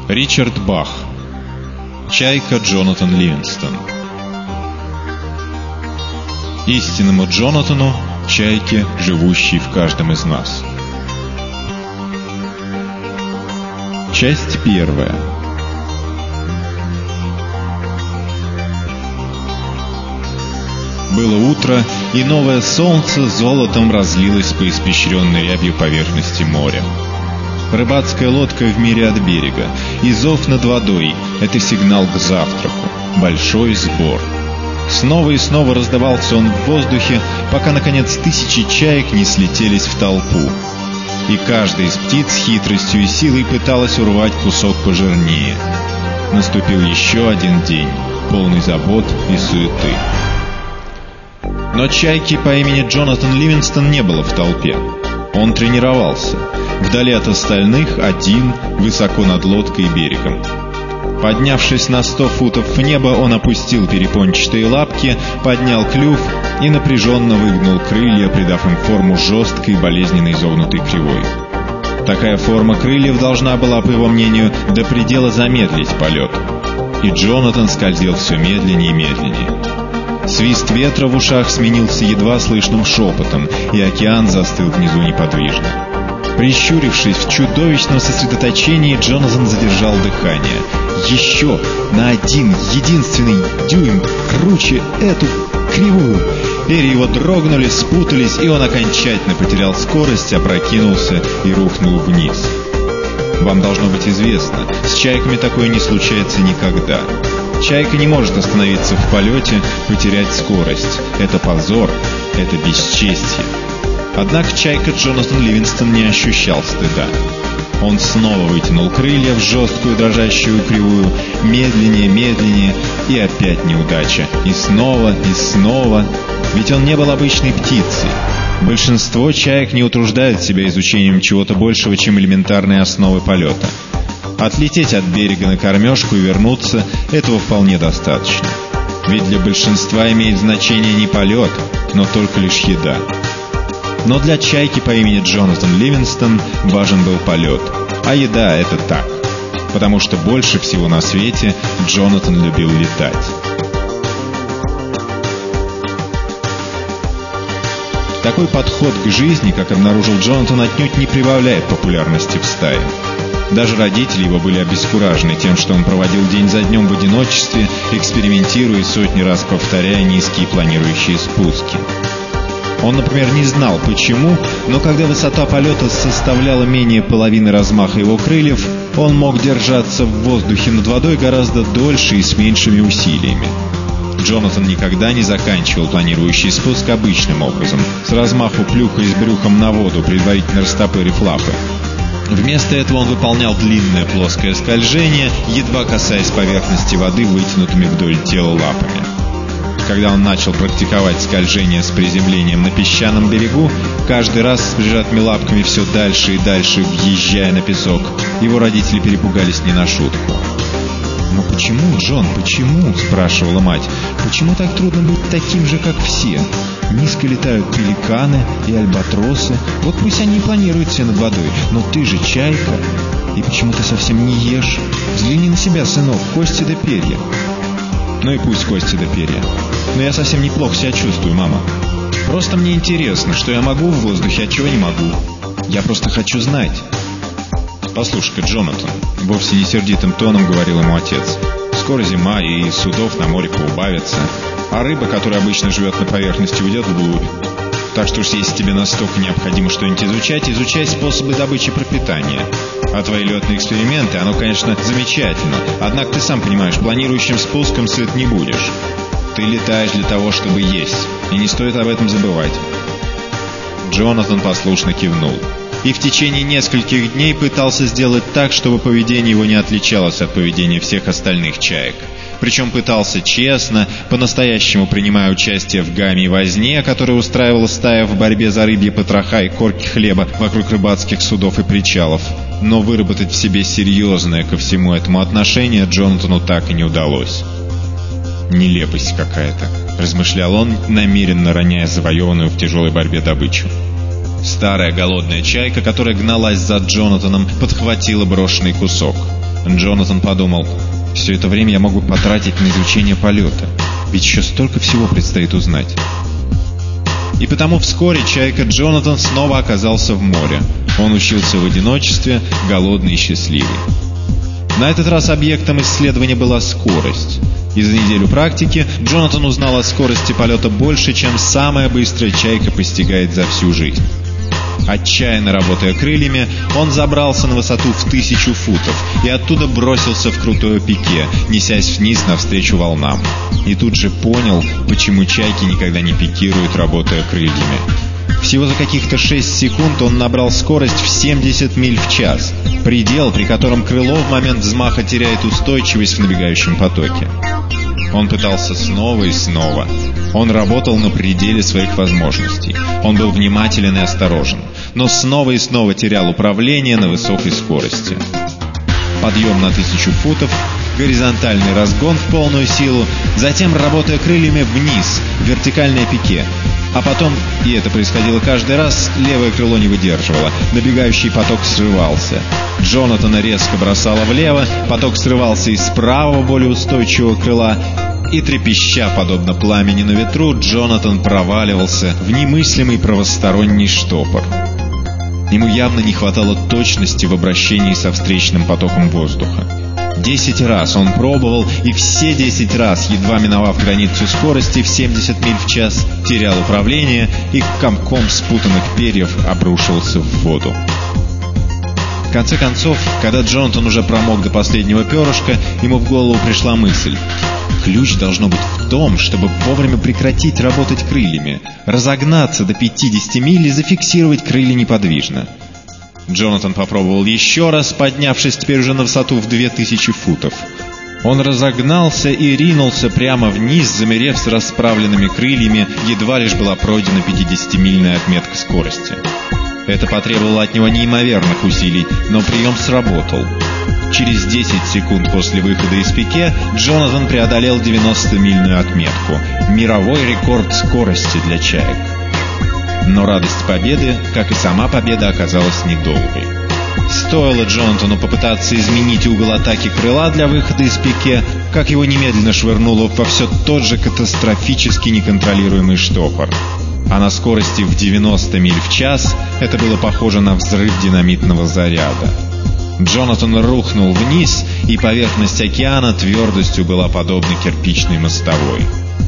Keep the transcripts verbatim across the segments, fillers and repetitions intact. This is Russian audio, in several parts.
Ричард Бах. Чайка Джонатан Ливингстон. Истинному Джонатану, чайке, живущей в каждом из нас. Часть первая. Было утро, и новое солнце золотом разлилось по испещренной рябью поверхности моря. Рыбацкая лодка в миле от берега, и зов над водой — это сигнал к завтраку, большой сбор. Снова и снова раздавался он в воздухе, пока, наконец, тысячи чаек не слетелись в толпу. И каждая из птиц с хитростью и силой пыталась урвать кусок пожирнее. Наступил еще один день, полный забот и суеты. Но чайки по имени Джонатан Ливингстон не было в толпе. Он тренировался, вдали от остальных, один, высоко над лодкой и берегом. Поднявшись на сто футов в небо, он опустил перепончатые лапки, поднял клюв и напряженно выгнул крылья, придав им форму жесткой, болезненно изогнутой кривой. Такая форма крыльев должна была, по его мнению, до предела замедлить полет. И Джонатан скользил все медленнее и медленнее. Свист ветра в ушах сменился едва слышным шепотом, и океан застыл внизу неподвижно. Прищурившись в чудовищном сосредоточении, Джонатан задержал дыхание. Еще на один единственный дюйм круче эту кривую. Перья его дрогнули, спутались, и он окончательно потерял скорость, опрокинулся и рухнул вниз. Вам должно быть известно, с чайками такое не случается никогда. Чайка не может остановиться в полете, потерять скорость. Это позор, это бесчестье. Однако чайка Джонатан Ливингстон не ощущал стыда. Он снова вытянул крылья в жесткую дрожащую кривую, медленнее, медленнее, и опять неудача. И снова, и снова. Ведь он не был обычной птицей. Большинство чаек не утруждают себя изучением чего-то большего, чем элементарные основы полета. Отлететь от берега на кормежку и вернуться — этого вполне достаточно. Ведь для большинства имеет значение не полет, но только лишь еда. Но для чайки по имени Джонатан Ливингстон важен был полет, а еда — это так, потому что больше всего на свете Джонатан любил летать. Такой подход к жизни, как обнаружил Джонатан, отнюдь не прибавляет популярности в стае. Даже родители его были обескуражены тем, что он проводил день за днем в одиночестве, экспериментируя и сотни раз повторяя низкие планирующие спуски. Он, например, не знал почему, но когда высота полета составляла менее половины размаха его крыльев, он мог держаться в воздухе над водой гораздо дольше и с меньшими усилиями. Джонатан никогда не заканчивал планирующий спуск обычным образом, с размаху плюхаясь брюхом на воду, предварительно растопырив лапы. Вместо этого он выполнял длинное плоское скольжение, едва касаясь поверхности воды вытянутыми вдоль тела лапами. Когда он начал практиковать скольжение с приземлением на песчаном берегу, каждый раз с прижатыми лапками все дальше и дальше въезжая на песок, его родители перепугались не на шутку. «Но почему, Джон, почему?» — спрашивала мать. «Почему так трудно быть таким же, как все? Низко летают пеликаны и альбатросы. Вот пусть они и планируют все над водой. Но ты же чайка. И почему ты совсем не ешь? Взгляни на себя, сынок, кости да перья». «Ну и пусть кости да перья. Но я совсем неплохо себя чувствую, мама. Просто мне интересно, что я могу в воздухе, а чего не могу. Я просто хочу знать». «Послушай-ка, Джонатан», — вовсе не сердитым тоном говорил ему отец, — «скоро зима, и судов на море поубавится, а рыба, которая обычно живет на поверхности, уйдет вглубь. Так что уж если тебе настолько необходимо что-нибудь изучать, изучай способы добычи пропитания. А твои летные эксперименты, оно, конечно, замечательно, однако ты сам понимаешь, планирующим спуском сыт не будешь. Ты летаешь для того, чтобы есть, и не стоит об этом забывать». Джонатан послушно кивнул. И в течение нескольких дней пытался сделать так, чтобы поведение его не отличалось от поведения всех остальных чаек. Причем пытался честно, по-настоящему принимая участие в гамме и возне, которую устраивала стая в борьбе за рыбьи потроха и корки хлеба вокруг рыбацких судов и причалов. Но выработать в себе серьезное ко всему этому отношение Джонатану так и не удалось. «Нелепость какая-то», — размышлял он, намеренно роняя завоеванную в тяжелой борьбе добычу. Старая голодная чайка, которая гналась за Джонатаном, подхватила брошенный кусок. Джонатан подумал: все это время я могу потратить на изучение полета, ведь еще столько всего предстоит узнать. И потому вскоре чайка Джонатан снова оказался в море. Он учился в одиночестве, голодный и счастливый. На этот раз объектом исследования была скорость. И за неделю практики Джонатан узнал о скорости полета больше, чем самая быстрая чайка постигает за всю жизнь. Отчаянно работая крыльями, он забрался на высоту в тысячу футов и оттуда бросился в крутое пике, несясь вниз навстречу волнам. И тут же понял, почему чайки никогда не пикируют, работая крыльями. Всего за каких-то шесть секунд он набрал скорость в семьдесят миль в час, предел, при котором крыло в момент взмаха теряет устойчивость в набегающем потоке. Он пытался снова и снова. Он работал на пределе своих возможностей. Он был внимателен и осторожен, но снова и снова терял управление на высокой скорости. Подъем на тысячу футов, горизонтальный разгон в полную силу, затем, работая крыльями, вниз, в вертикальное пике. А потом, и это происходило каждый раз, левое крыло не выдерживало, набегающий поток срывался. Джонатана резко бросало влево, поток срывался из правого, более устойчивого крыла, и трепеща, подобно пламени на ветру, Джонатан проваливался в немыслимый правосторонний штопор. Ему явно не хватало точности в обращении со встречным потоком воздуха. Десять раз он пробовал, и все десять раз, едва миновав границу скорости в семьдесят миль в час, терял управление и комком спутанных перьев обрушился в воду. В конце концов, когда Джонатан уже промок до последнего перышка, ему в голову пришла мысль: ключ должно быть в том, чтобы вовремя прекратить работать крыльями, разогнаться до пятидесяти миль и зафиксировать крылья неподвижно. Джонатан попробовал еще раз, поднявшись теперь уже на высоту в две тысячи футов. Он разогнался и ринулся прямо вниз, замерев с расправленными крыльями, едва лишь была пройдена пятидесятимильная отметка скорости. Это потребовало от него неимоверных усилий, но прием сработал. Через десять секунд после выхода из пике Джонатан преодолел девяностомильную отметку, мировой рекорд скорости для чаек. Но радость победы, как и сама победа, оказалась недолгой. Стоило Джонатану попытаться изменить угол атаки крыла для выхода из пике, как его немедленно швырнуло во все тот же катастрофически неконтролируемый штопор. А на скорости в девяносто миль в час это было похоже на взрыв динамитного заряда. Джонатан рухнул вниз, и поверхность океана твердостью была подобна кирпичной мостовой.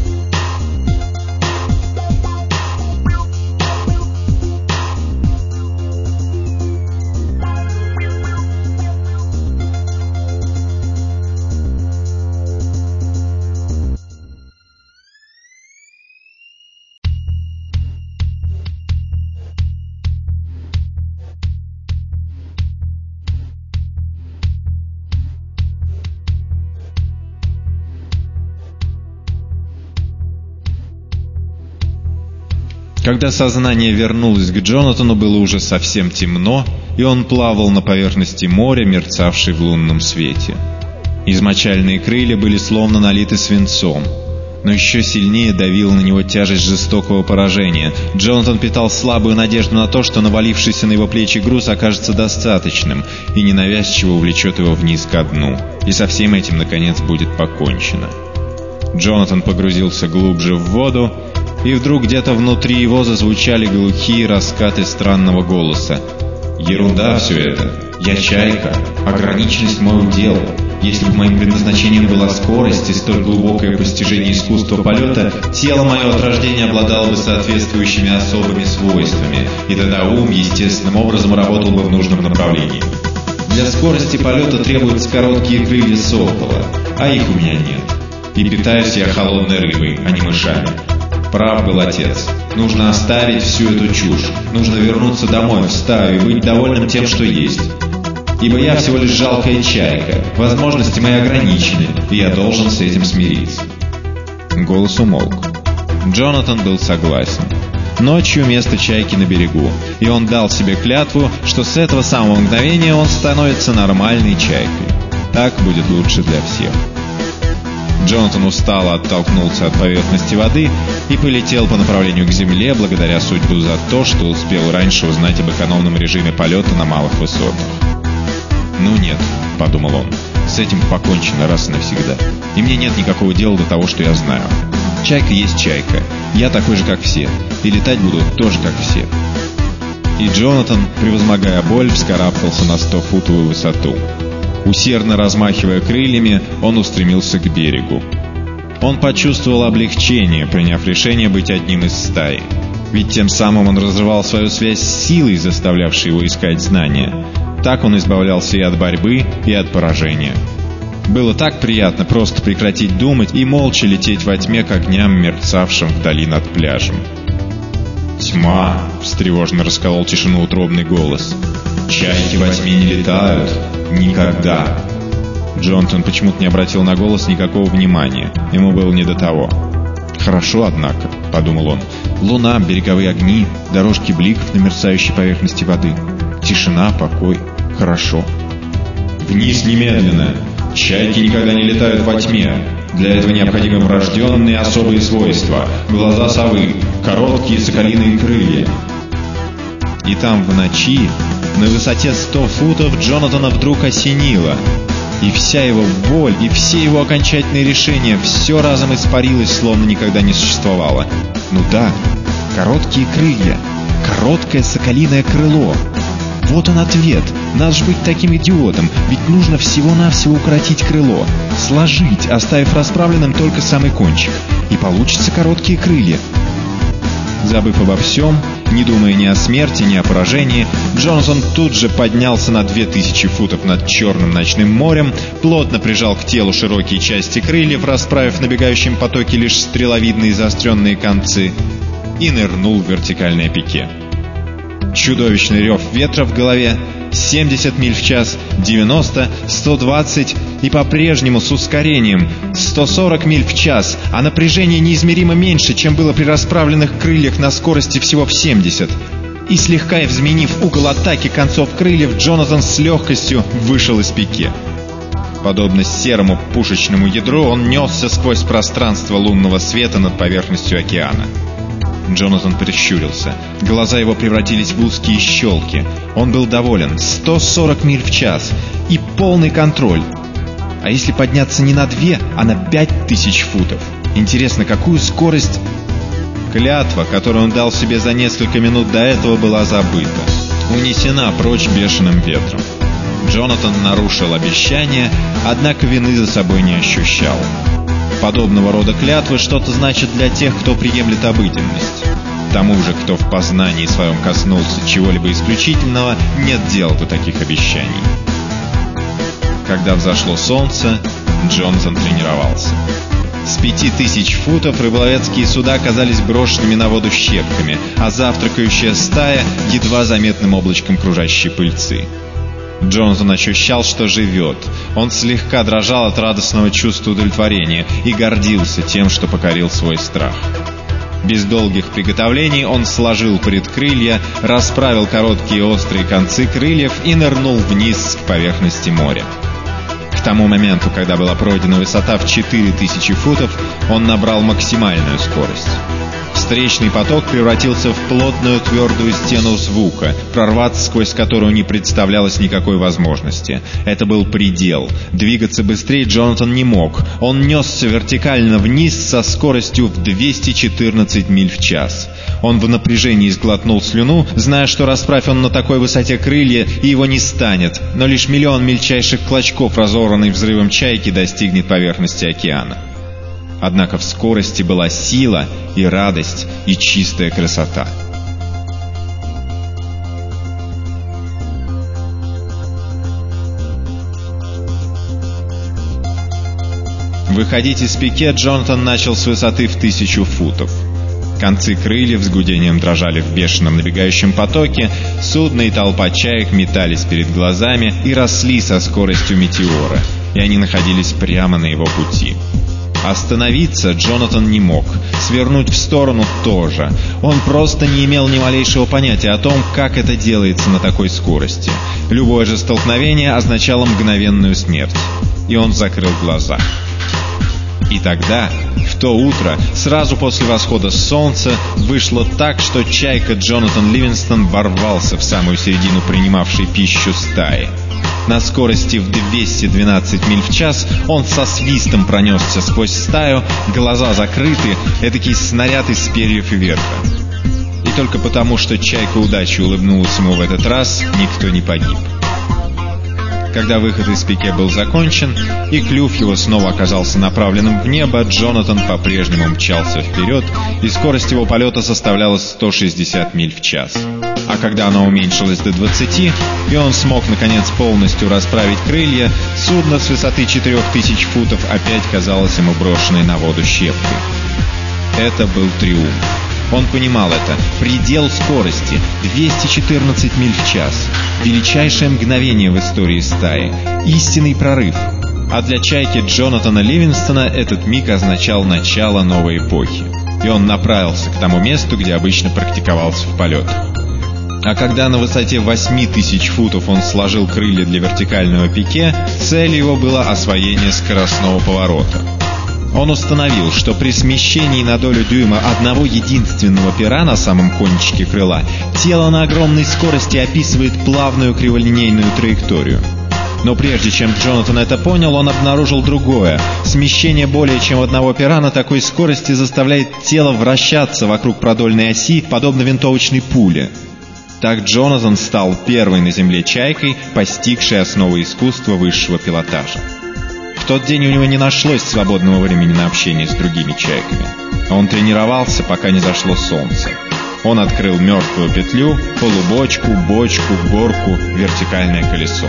Когда сознание вернулось к Джонатану, было уже совсем темно, и он плавал на поверхности моря, мерцавшей в лунном свете. Измочальные крылья были словно налиты свинцом, но еще сильнее давила на него тяжесть жестокого поражения. Джонатан питал слабую надежду на то, что навалившийся на его плечи груз окажется достаточным и ненавязчиво увлечет его вниз ко дну, и со всем этим, наконец, будет покончено. Джонатан погрузился глубже в воду, и вдруг где-то внутри его зазвучали глухие раскаты странного голоса. «Ерунда все это. Я чайка. Ограниченность мой удел. Если бы моим предназначением была скорость и столь глубокое постижение искусства полета, тело мое от рождения обладало бы соответствующими особыми свойствами, и тогда ум естественным образом работал бы в нужном направлении. Для скорости полета требуются короткие крылья сокола, а их у меня нет. И питаюсь я холодной рыбой, а не мышами. Прав был отец. Нужно оставить всю эту чушь. Нужно вернуться домой, в стаю, и быть довольным тем, что есть. Ибо я всего лишь жалкая чайка. Возможности мои ограничены, и я должен с этим смириться». Голос умолк. Джонатан был согласен. Ночью место чайки на берегу, и он дал себе клятву, что с этого самого мгновения он становится нормальной чайкой. Так будет лучше для всех. Джонатан устало оттолкнулся от поверхности воды и полетел по направлению к земле, благодаря судьбу за то, что успел раньше узнать об экономном режиме полета на малых высотах. «Ну нет», — подумал он, — «с этим покончено раз и навсегда. И мне нет никакого дела до того, что я знаю. Чайка есть чайка. Я такой же, как все. И летать буду тоже, как все». И Джонатан, превозмогая боль, вскарабкался на стофутовую высоту. Усердно размахивая крыльями, он устремился к берегу. Он почувствовал облегчение, приняв решение быть одним из стаи. Ведь тем самым он разрывал свою связь с силой, заставлявшей его искать знания. Так он избавлялся и от борьбы, и от поражения. Было так приятно просто прекратить думать и молча лететь во тьме к огням, мерцавшим вдали над пляжем. «Тьма!» — встревоженно расколол тишину утробный голос. «Чайки во тьме не летают. Никогда!» Джонатан почему-то не обратил на голос никакого внимания. Ему было не до того. «Хорошо, однако», — подумал он. «Луна, береговые огни, дорожки бликов на мерцающей поверхности воды. Тишина, покой. Хорошо». «Вниз немедленно! Чайки никогда не летают во тьме. Для этого необходимы врожденные особые свойства. Глаза совы, короткие соколиные крылья». И там в ночи, на высоте сто футов, Джонатана вдруг осенило. И вся его боль, и все его окончательные решения, все разом испарилось, словно никогда не существовало. Ну да, короткие крылья, короткое соколиное крыло. Вот он ответ. Надо же быть таким идиотом, ведь нужно всего-навсего укоротить крыло, сложить, оставив расправленным только самый кончик. И получится короткие крылья. Забыв обо всем, не думая ни о смерти, ни о поражении, Джонатан тут же поднялся на две тысячи футов над черным ночным морем, плотно прижал к телу широкие части крыльев, расправив в набегающем потоке лишь стреловидные заостренные концы, и нырнул в вертикальное пике. Чудовищный рев ветра в голове, семьдесят миль в час, девяносто, сто двадцать и по-прежнему с ускорением сто сорок миль в час, а напряжение неизмеримо меньше, чем было при расправленных крыльях на скорости всего в семьдесят. И слегка изменив угол атаки концов крыльев, Джонатан с легкостью вышел из пике. Подобно серому пушечному ядру, он несся сквозь пространство лунного света над поверхностью океана. Джонатан прищурился. Глаза его превратились в узкие щелки. Он был доволен. сто сорок миль в час. И полный контроль. А если подняться не на две, а на пять тысяч футов? Интересно, какую скорость... Клятва, которую он дал себе за несколько минут до этого, была забыта. Унесена прочь бешеным ветром. Джонатан нарушил обещание, однако вины за собой не ощущал. Подобного рода клятвы что-то значит для тех, кто приемлет обыденность. Тому же, кто в познании своем коснулся чего-либо исключительного, нет дела до таких обещаний. Когда взошло солнце, Джонатан тренировался. С пяти тысяч футов рыболовецкие суда казались брошенными на воду щепками, а завтракающая стая — едва заметным облачком кружащей пыльцы. Джонатан ощущал, что живет. Он слегка дрожал от радостного чувства удовлетворения и гордился тем, что покорил свой страх. Без долгих приготовлений он сложил предкрылья, расправил короткие острые концы крыльев и нырнул вниз к поверхности моря. К тому моменту, когда была пройдена высота в четыре тысячи футов, он набрал максимальную скорость. Встречный поток превратился в плотную твердую стену звука, прорваться сквозь которую не представлялось никакой возможности. Это был предел. Двигаться быстрее Джонатан не мог. Он несся вертикально вниз со скоростью в двести четырнадцать миль в час. Он в напряжении сглотнул слюну, зная, что расправь он на такой высоте крылья, и его не станет, но лишь миллион мельчайших клочков, разорванный взрывом чайки, достигнет поверхности океана. Однако в скорости была сила и радость и чистая красота. Выходить из пике Джонатан начал с высоты в тысячу футов. Концы крыльев с гудением дрожали в бешеном набегающем потоке, судно и толпа чаек метались перед глазами и росли со скоростью метеора, и они находились прямо на его пути. Остановиться Джонатан не мог, свернуть в сторону тоже. Он просто не имел ни малейшего понятия о том, как это делается на такой скорости. Любое же столкновение означало мгновенную смерть. И он закрыл глаза. И тогда, в то утро, сразу после восхода солнца, вышло так, что чайка Джонатан Ливингстон ворвался в самую середину принимавшей пищу стаи. На скорости в двести двенадцать миль в час он со свистом пронесся сквозь стаю, глаза закрыты, этакий снаряд из перьев и ветра. И только потому, что чайка удачи улыбнулась ему в этот раз, никто не погиб. Когда выход из пике был закончен, и клюв его снова оказался направленным в небо, Джонатан по-прежнему мчался вперед, и скорость его полета составляла сто шестьдесят миль в час. А когда она уменьшилась до двадцати, и он смог, наконец, полностью расправить крылья, судно с высоты четырех тысяч футов опять казалось ему брошенной на воду щепкой. Это был триумф. Он понимал это. Предел скорости — двести четырнадцать миль в час. Величайшее мгновение в истории стаи. Истинный прорыв. А для чайки Джонатана Ливингстона этот миг означал начало новой эпохи. И он направился к тому месту, где обычно практиковался в полетах. А когда на высоте восьми тысяч футов он сложил крылья для вертикального пике, целью его было освоение скоростного поворота. Он установил, что при смещении на долю дюйма одного единственного пера на самом кончике крыла тело на огромной скорости описывает плавную криволинейную траекторию. Но прежде чем Джонатан это понял, он обнаружил другое. Смещение более чем одного пера на такой скорости заставляет тело вращаться вокруг продольной оси, подобно винтовочной пуле. Так Джонатан стал первой на Земле чайкой, постигшей основы искусства высшего пилотажа. В тот день у него не нашлось свободного времени на общение с другими чайками. Он тренировался, пока не зашло солнце. Он открыл мертвую петлю, полубочку, бочку, горку, вертикальное колесо.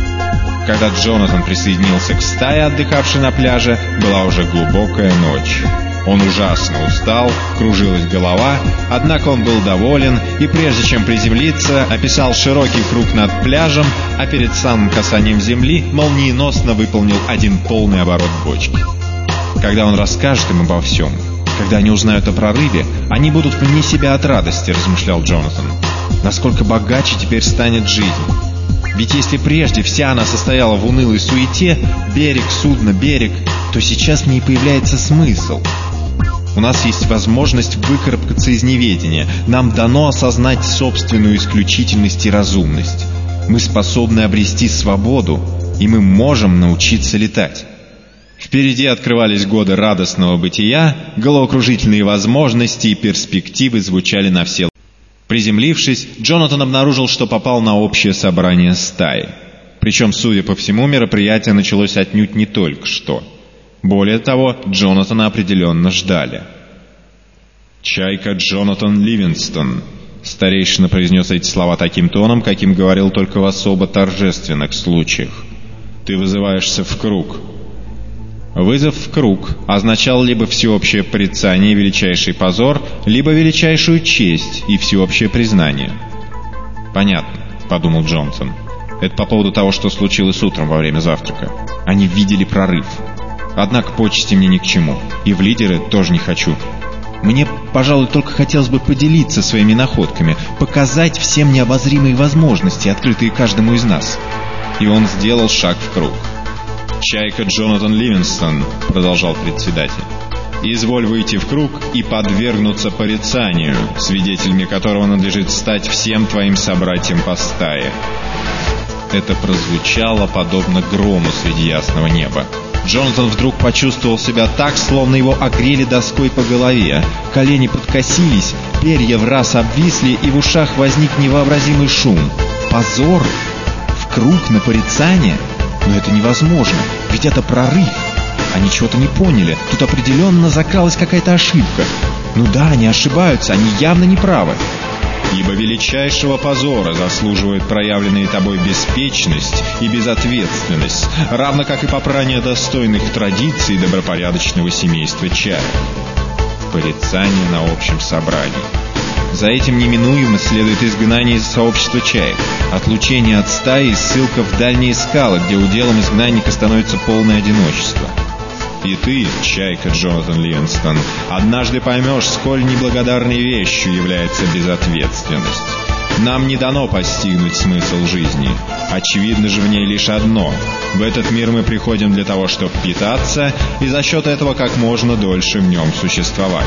Когда Джонатан присоединился к стае, отдыхавшей на пляже, была уже глубокая ночь. Он ужасно устал, кружилась голова, однако он был доволен и, прежде чем приземлиться, описал широкий круг над пляжем, а перед самым касанием земли молниеносно выполнил один полный оборот бочки. Когда он расскажет им обо всем, когда они узнают о прорыве, они будут вне себя от радости, размышлял Джонатан. Насколько богаче теперь станет жизнь. Ведь если прежде вся она состояла в унылой суете, берег, судно, берег, то сейчас в ней появляется смысл. У нас есть возможность выкарабкаться из неведения. Нам дано осознать собственную исключительность и разумность. Мы способны обрести свободу, и мы можем научиться летать. Впереди открывались годы радостного бытия, головокружительные возможности и перспективы звучали на все. Приземлившись, Джонатан обнаружил, что попал на общее собрание стаи. Причем, судя по всему, мероприятие началось отнюдь не только что. Более того, Джонатана определенно ждали. «Чайка Джонатан Ливингстон», — старейшина произнес эти слова таким тоном, каким говорил только в особо торжественных случаях. «Ты вызываешься в круг». Вызов в круг означал либо всеобщее порицание и величайший позор, либо величайшую честь и всеобщее признание. «Понятно», — подумал Джонатан. «Это по поводу того, что случилось утром во время завтрака. Они видели прорыв. Однако почести мне ни к чему, и в лидеры тоже не хочу. Мне, пожалуй, только хотелось бы поделиться своими находками, показать всем необозримые возможности, открытые каждому из нас». И он сделал шаг в круг. «Чайка Джонатан Ливингстон», — продолжал председатель, — «изволь выйти в круг и подвергнуться порицанию, свидетелями которого надлежит стать всем твоим собратьям по стае». Это прозвучало подобно грому среди ясного неба. Джонатан вдруг почувствовал себя так, словно его огрели доской по голове. Колени подкосились, перья враз обвисли, и в ушах возник невообразимый шум. Позор? В круг на порицание? Но это невозможно, ведь это прорыв. Они чего-то не поняли, тут определенно закралась какая-то ошибка. Ну да, они ошибаются, они явно не правы. «Ибо величайшего позора заслуживает проявленная тобой беспечность и безответственность, равно как и попрание достойных традиций добропорядочного семейства чаек». Порицание на общем собрании. За этим неминуемо следует изгнание из сообщества чаек, отлучение от стаи и ссылка в дальние скалы, где уделом изгнанника становится полное одиночество. И ты, чайка Джонатан Ливингстон, однажды поймешь, сколь неблагодарной вещью является безответственность. Нам не дано постигнуть смысл жизни. Очевидно же в ней лишь одно. В этот мир мы приходим для того, чтобы питаться, и за счет этого как можно дольше в нем существовать.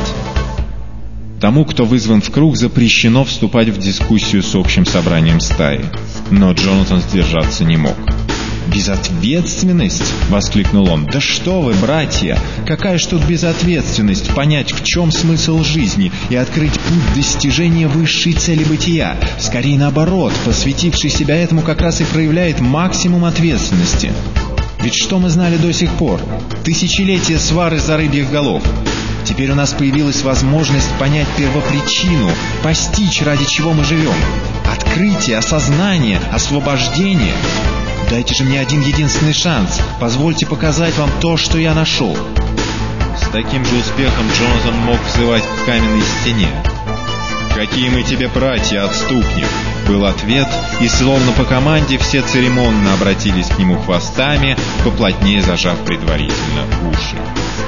Тому, кто вызван в круг, запрещено вступать в дискуссию с общим собранием стаи. Но Джонатан сдержаться не мог. «Безответственность?» — воскликнул он. «Да что вы, братья! Какая ж тут безответственность? Понять, в чем смысл жизни, и открыть путь достижения высшей цели бытия. Скорее наоборот, посвятивший себя этому как раз и проявляет максимум ответственности. Ведь что мы знали до сих пор? Тысячелетия свары за рыбьих голов. Теперь у нас появилась возможность понять первопричину, постичь, ради чего мы живем. Открытие, осознание, освобождение. Дайте же мне один единственный шанс. Позвольте показать вам то, что я нашел». С таким же успехом Джонатан мог взывать к каменной стене. «Какие мы тебе братья, отступник!» — был ответ, и словно по команде все церемонно обратились к нему хвостами, поплотнее зажав предварительно уши.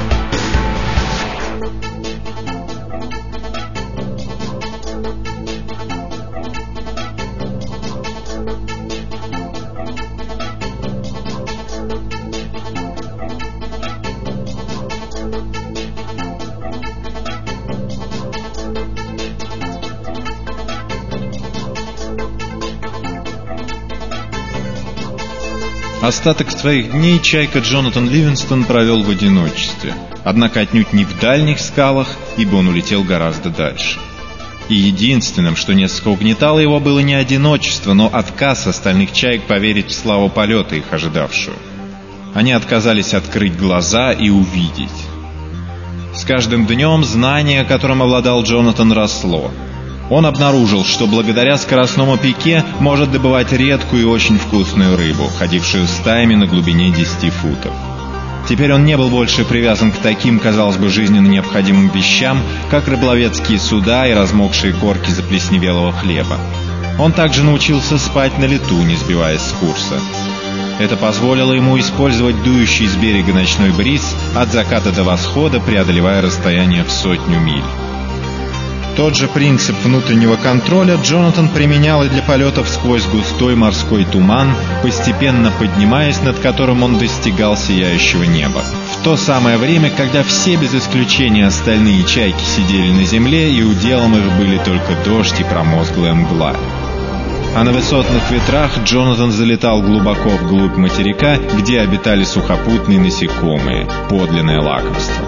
Остаток своих дней чайка Джонатан Ливингстон провел в одиночестве, однако отнюдь не в дальних скалах, ибо он улетел гораздо дальше. И единственным, что несколько угнетало его, было не одиночество, но отказ остальных чаек поверить в славу полета, их ожидавшую. Они отказались открыть глаза и увидеть. С каждым днем знание, которым обладал Джонатан, росло. Он обнаружил, что благодаря скоростному пике может добывать редкую и очень вкусную рыбу, ходившую стаями на глубине десяти футов. Теперь он не был больше привязан к таким, казалось бы, жизненно необходимым вещам, как рыболовецкие суда и размокшие корки заплесневелого хлеба. Он также научился спать на лету, не сбиваясь с курса. Это позволило ему использовать дующий с берега ночной бриз от заката до восхода, преодолевая расстояние в сотню миль. Тот же принцип внутреннего контроля Джонатан применял и для полетов сквозь густой морской туман, постепенно поднимаясь, над которым он достигал сияющего неба. В то самое время, когда все без исключения остальные чайки сидели на земле, и уделом их были только дождь и промозглая мгла. А на высотных ветрах Джонатан залетал глубоко вглубь материка, где обитали сухопутные насекомые, подлинное лакомство.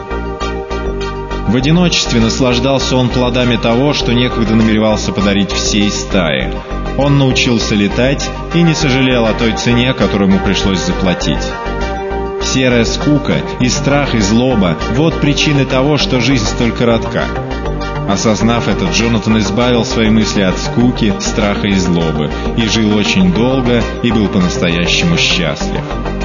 В одиночестве наслаждался он плодами того, что некогда намеревался подарить всей стае. Он научился летать и не сожалел о той цене, которую ему пришлось заплатить. Серая скука и страх и злоба — вот причины того, что жизнь столь коротка. Осознав это, Джонатан избавил свои мысли от скуки, страха и злобы, и жил очень долго, и был по-настоящему счастлив.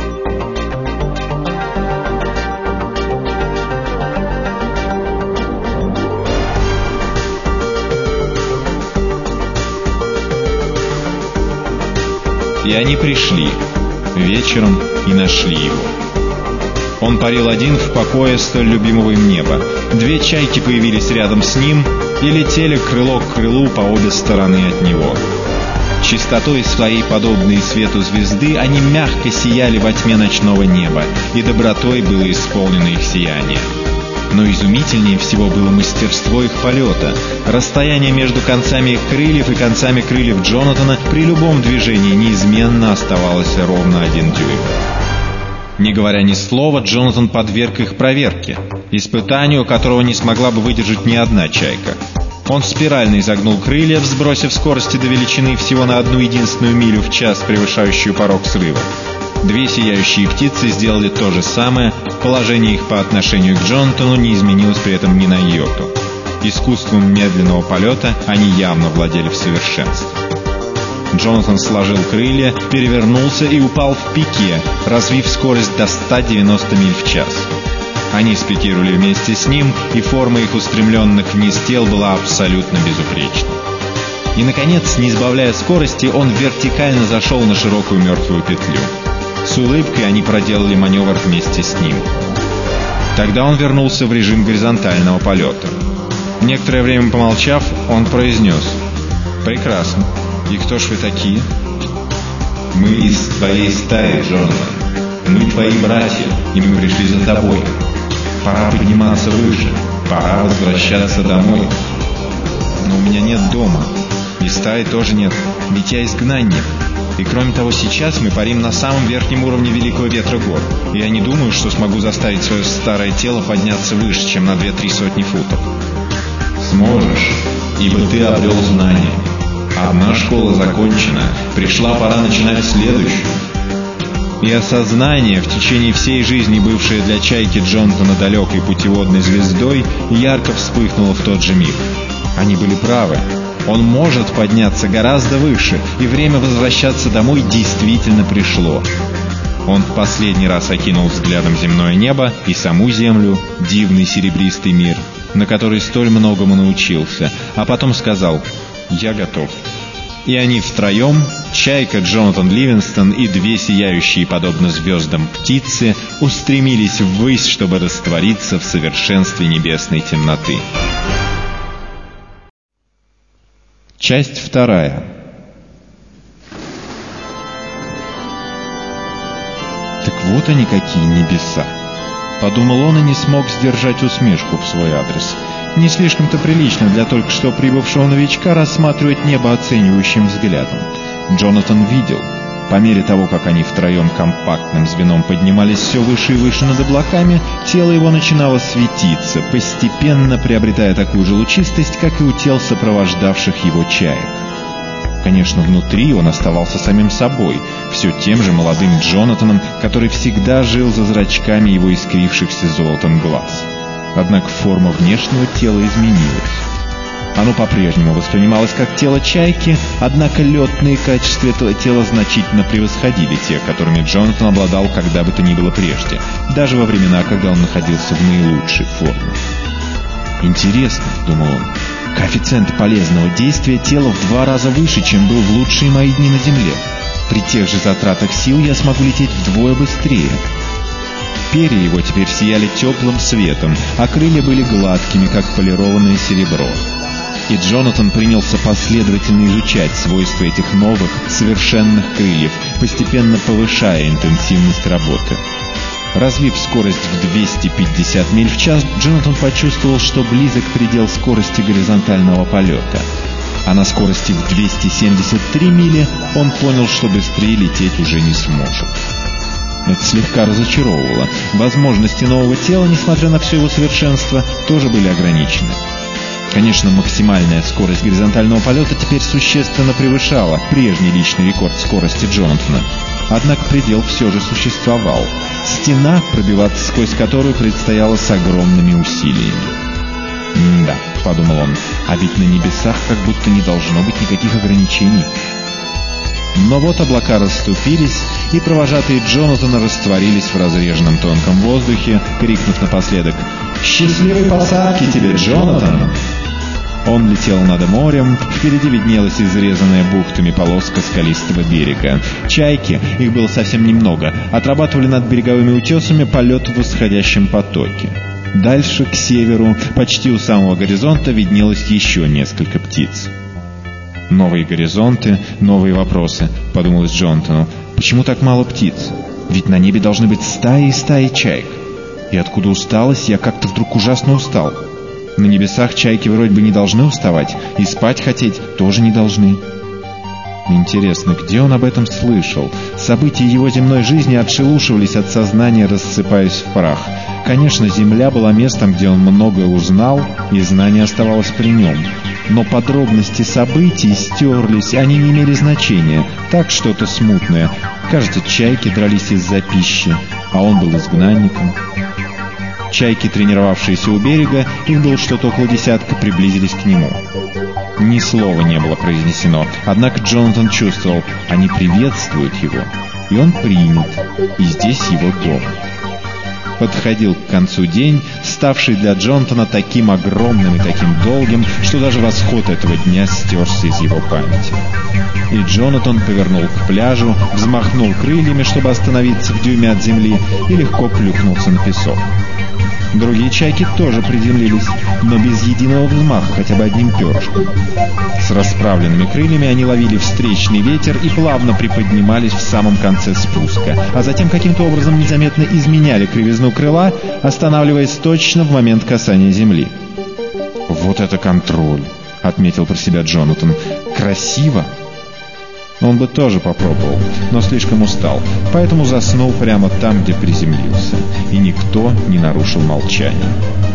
И они пришли вечером и нашли его. Он парил один в покое столь любимого им неба. Две чайки появились рядом с ним и летели крыло к крылу по обе стороны от него. Чистотой своей, подобной свету звезды, они мягко сияли во тьме ночного неба, и добротой было исполнено их сияние. Но изумительнее всего было мастерство их полета. Расстояние между концами их крыльев и концами крыльев Джонатана при любом движении неизменно оставалось ровно один дюйм. Не говоря ни слова, Джонатан подверг их проверке, испытанию, которого не смогла бы выдержать ни одна чайка. Он спирально изогнул крылья, сбросив скорости до величины всего на одну единственную милю в час, превышающую порог срыва. Две сияющие птицы сделали то же самое, положение их по отношению к Джонатану не изменилось при этом ни на йоту. Искусством медленного полета они явно владели в совершенстве. Джонатан сложил крылья, перевернулся и упал в пике, развив скорость до ста девяноста миль в час. Они спикировали вместе с ним, и форма их устремленных вниз тел была абсолютно безупречна. И, наконец, не избавляя скорости, он вертикально зашел на широкую мертвую петлю. С улыбкой они проделали маневр вместе с ним. Тогда он вернулся в режим горизонтального полета. Некоторое время помолчав, он произнес: «Прекрасно. И кто ж вы такие?» «Мы из твоей стаи, Джонатан. Мы твои братья, и мы пришли за тобой. Пора подниматься выше, пора возвращаться домой». «Но у меня нет дома, и стаи тоже нет, ведь я изгнанник». И кроме того, сейчас мы парим на самом верхнем уровне Великого Ветра гор. И я не думаю, что смогу заставить свое старое тело подняться выше, чем на две-три сотни футов. Сможешь, ибо ты обрел знания. Одна школа закончена, пришла пора начинать следующую. И осознание, в течение всей жизни бывшее для Чайки Джонатана далекой путеводной звездой, ярко вспыхнуло в тот же миг. Они были правы. Он может подняться гораздо выше, и время возвращаться домой действительно пришло. Он в последний раз окинул взглядом земное небо и саму землю, дивный серебристый мир, на который столь многому научился, а потом сказал: «Я готов». И они втроем, Чайка, Джонатан Ливингстон и две сияющие подобно звездам птицы, устремились ввысь, чтобы раствориться в совершенстве небесной темноты. Часть вторая. Так вот они какие небеса. Подумал он и не смог сдержать усмешку в свой адрес. Не слишком-то прилично для только что прибывшего новичка рассматривать небо оценивающим взглядом. Джонатан видел. По мере того, как они втроем компактным звеном поднимались все выше и выше над облаками, тело его начинало светиться, постепенно приобретая такую же лучистость, как и у тел сопровождавших его чаек. Конечно, внутри он оставался самим собой, все тем же молодым Джонатаном, который всегда жил за зрачками его искрившихся золотом глаз. Однако форма внешнего тела изменилась. Оно по-прежнему воспринималось как тело чайки, однако летные качества этого тела значительно превосходили те, которыми Джонатан обладал когда бы то ни было прежде, даже во времена, когда он находился в наилучшей форме. «Интересно», — думал он, — «коэффициент полезного действия тела в два раза выше, чем был в лучшие мои дни на Земле. При тех же затратах сил я смогу лететь вдвое быстрее». Перья его теперь сияли теплым светом, а крылья были гладкими, как полированное серебро. И Джонатан принялся последовательно изучать свойства этих новых, совершенных крыльев, постепенно повышая интенсивность работы. Развив скорость в двести пятьдесят миль в час, Джонатан почувствовал, что близок предел скорости горизонтального полета. А на скорости в двести семьдесят три мили он понял, что быстрее лететь уже не сможет. Это слегка разочаровывало. Возможности нового тела, несмотря на все его совершенство, тоже были ограничены. Конечно, максимальная скорость горизонтального полета теперь существенно превышала прежний личный рекорд скорости Джонатана. Однако предел все же существовал. Стена, пробиваться сквозь которую предстояло с огромными усилиями. «Да», — подумал он, — «а ведь на небесах как будто не должно быть никаких ограничений». Но вот облака расступились, и провожатые Джонатана растворились в разреженном тонком воздухе, крикнув напоследок: «Счастливой посадки тебе, Джонатан!» Он летел над морем, впереди виднелась изрезанная бухтами полоска скалистого берега. Чайки, их было совсем немного, отрабатывали над береговыми утесами полет в восходящем потоке. Дальше, к северу, почти у самого горизонта, виднелось еще несколько птиц. «Новые горизонты, новые вопросы», — подумалось Джонатану. «Почему так мало птиц? Ведь на небе должны быть стаи и стаи чаек. И откуда усталость? Я как-то вдруг ужасно устал. На небесах чайки вроде бы не должны уставать, и спать хотеть тоже не должны». Интересно, где он об этом слышал? События его земной жизни отшелушивались от сознания, рассыпаясь в прах. Конечно, Земля была местом, где он многое узнал, и знание оставалось при нем. Но подробности событий стерлись, они не имели значения. Так что-то смутное. Кажется, чайки дрались из-за пищи, а он был изгнанником. Чайки, тренировавшиеся у берега, их было что-то около десятка, приблизились к нему. Ни слова не было произнесено, однако Джонатан чувствовал, они приветствуют его, и он принят, и здесь его дом. Подходил к концу день, ставший для Джонатана таким огромным и таким долгим, что даже восход этого дня стерся из его памяти. И Джонатан повернул к пляжу, взмахнул крыльями, чтобы остановиться в дюйме от земли, и легко плюхнулся на песок. Другие чайки тоже приземлились, но без единого взмаха, хотя бы одним перышком. С расправленными крыльями они ловили встречный ветер и плавно приподнимались в самом конце спуска, а затем каким-то образом незаметно изменяли кривизну крыла, останавливаясь точно в момент касания земли. «Вот это контроль!» — отметил про себя Джонатан. «Красиво!» Он бы тоже попробовал, но слишком устал, поэтому заснул прямо там, где приземлился, и никто не нарушил молчание.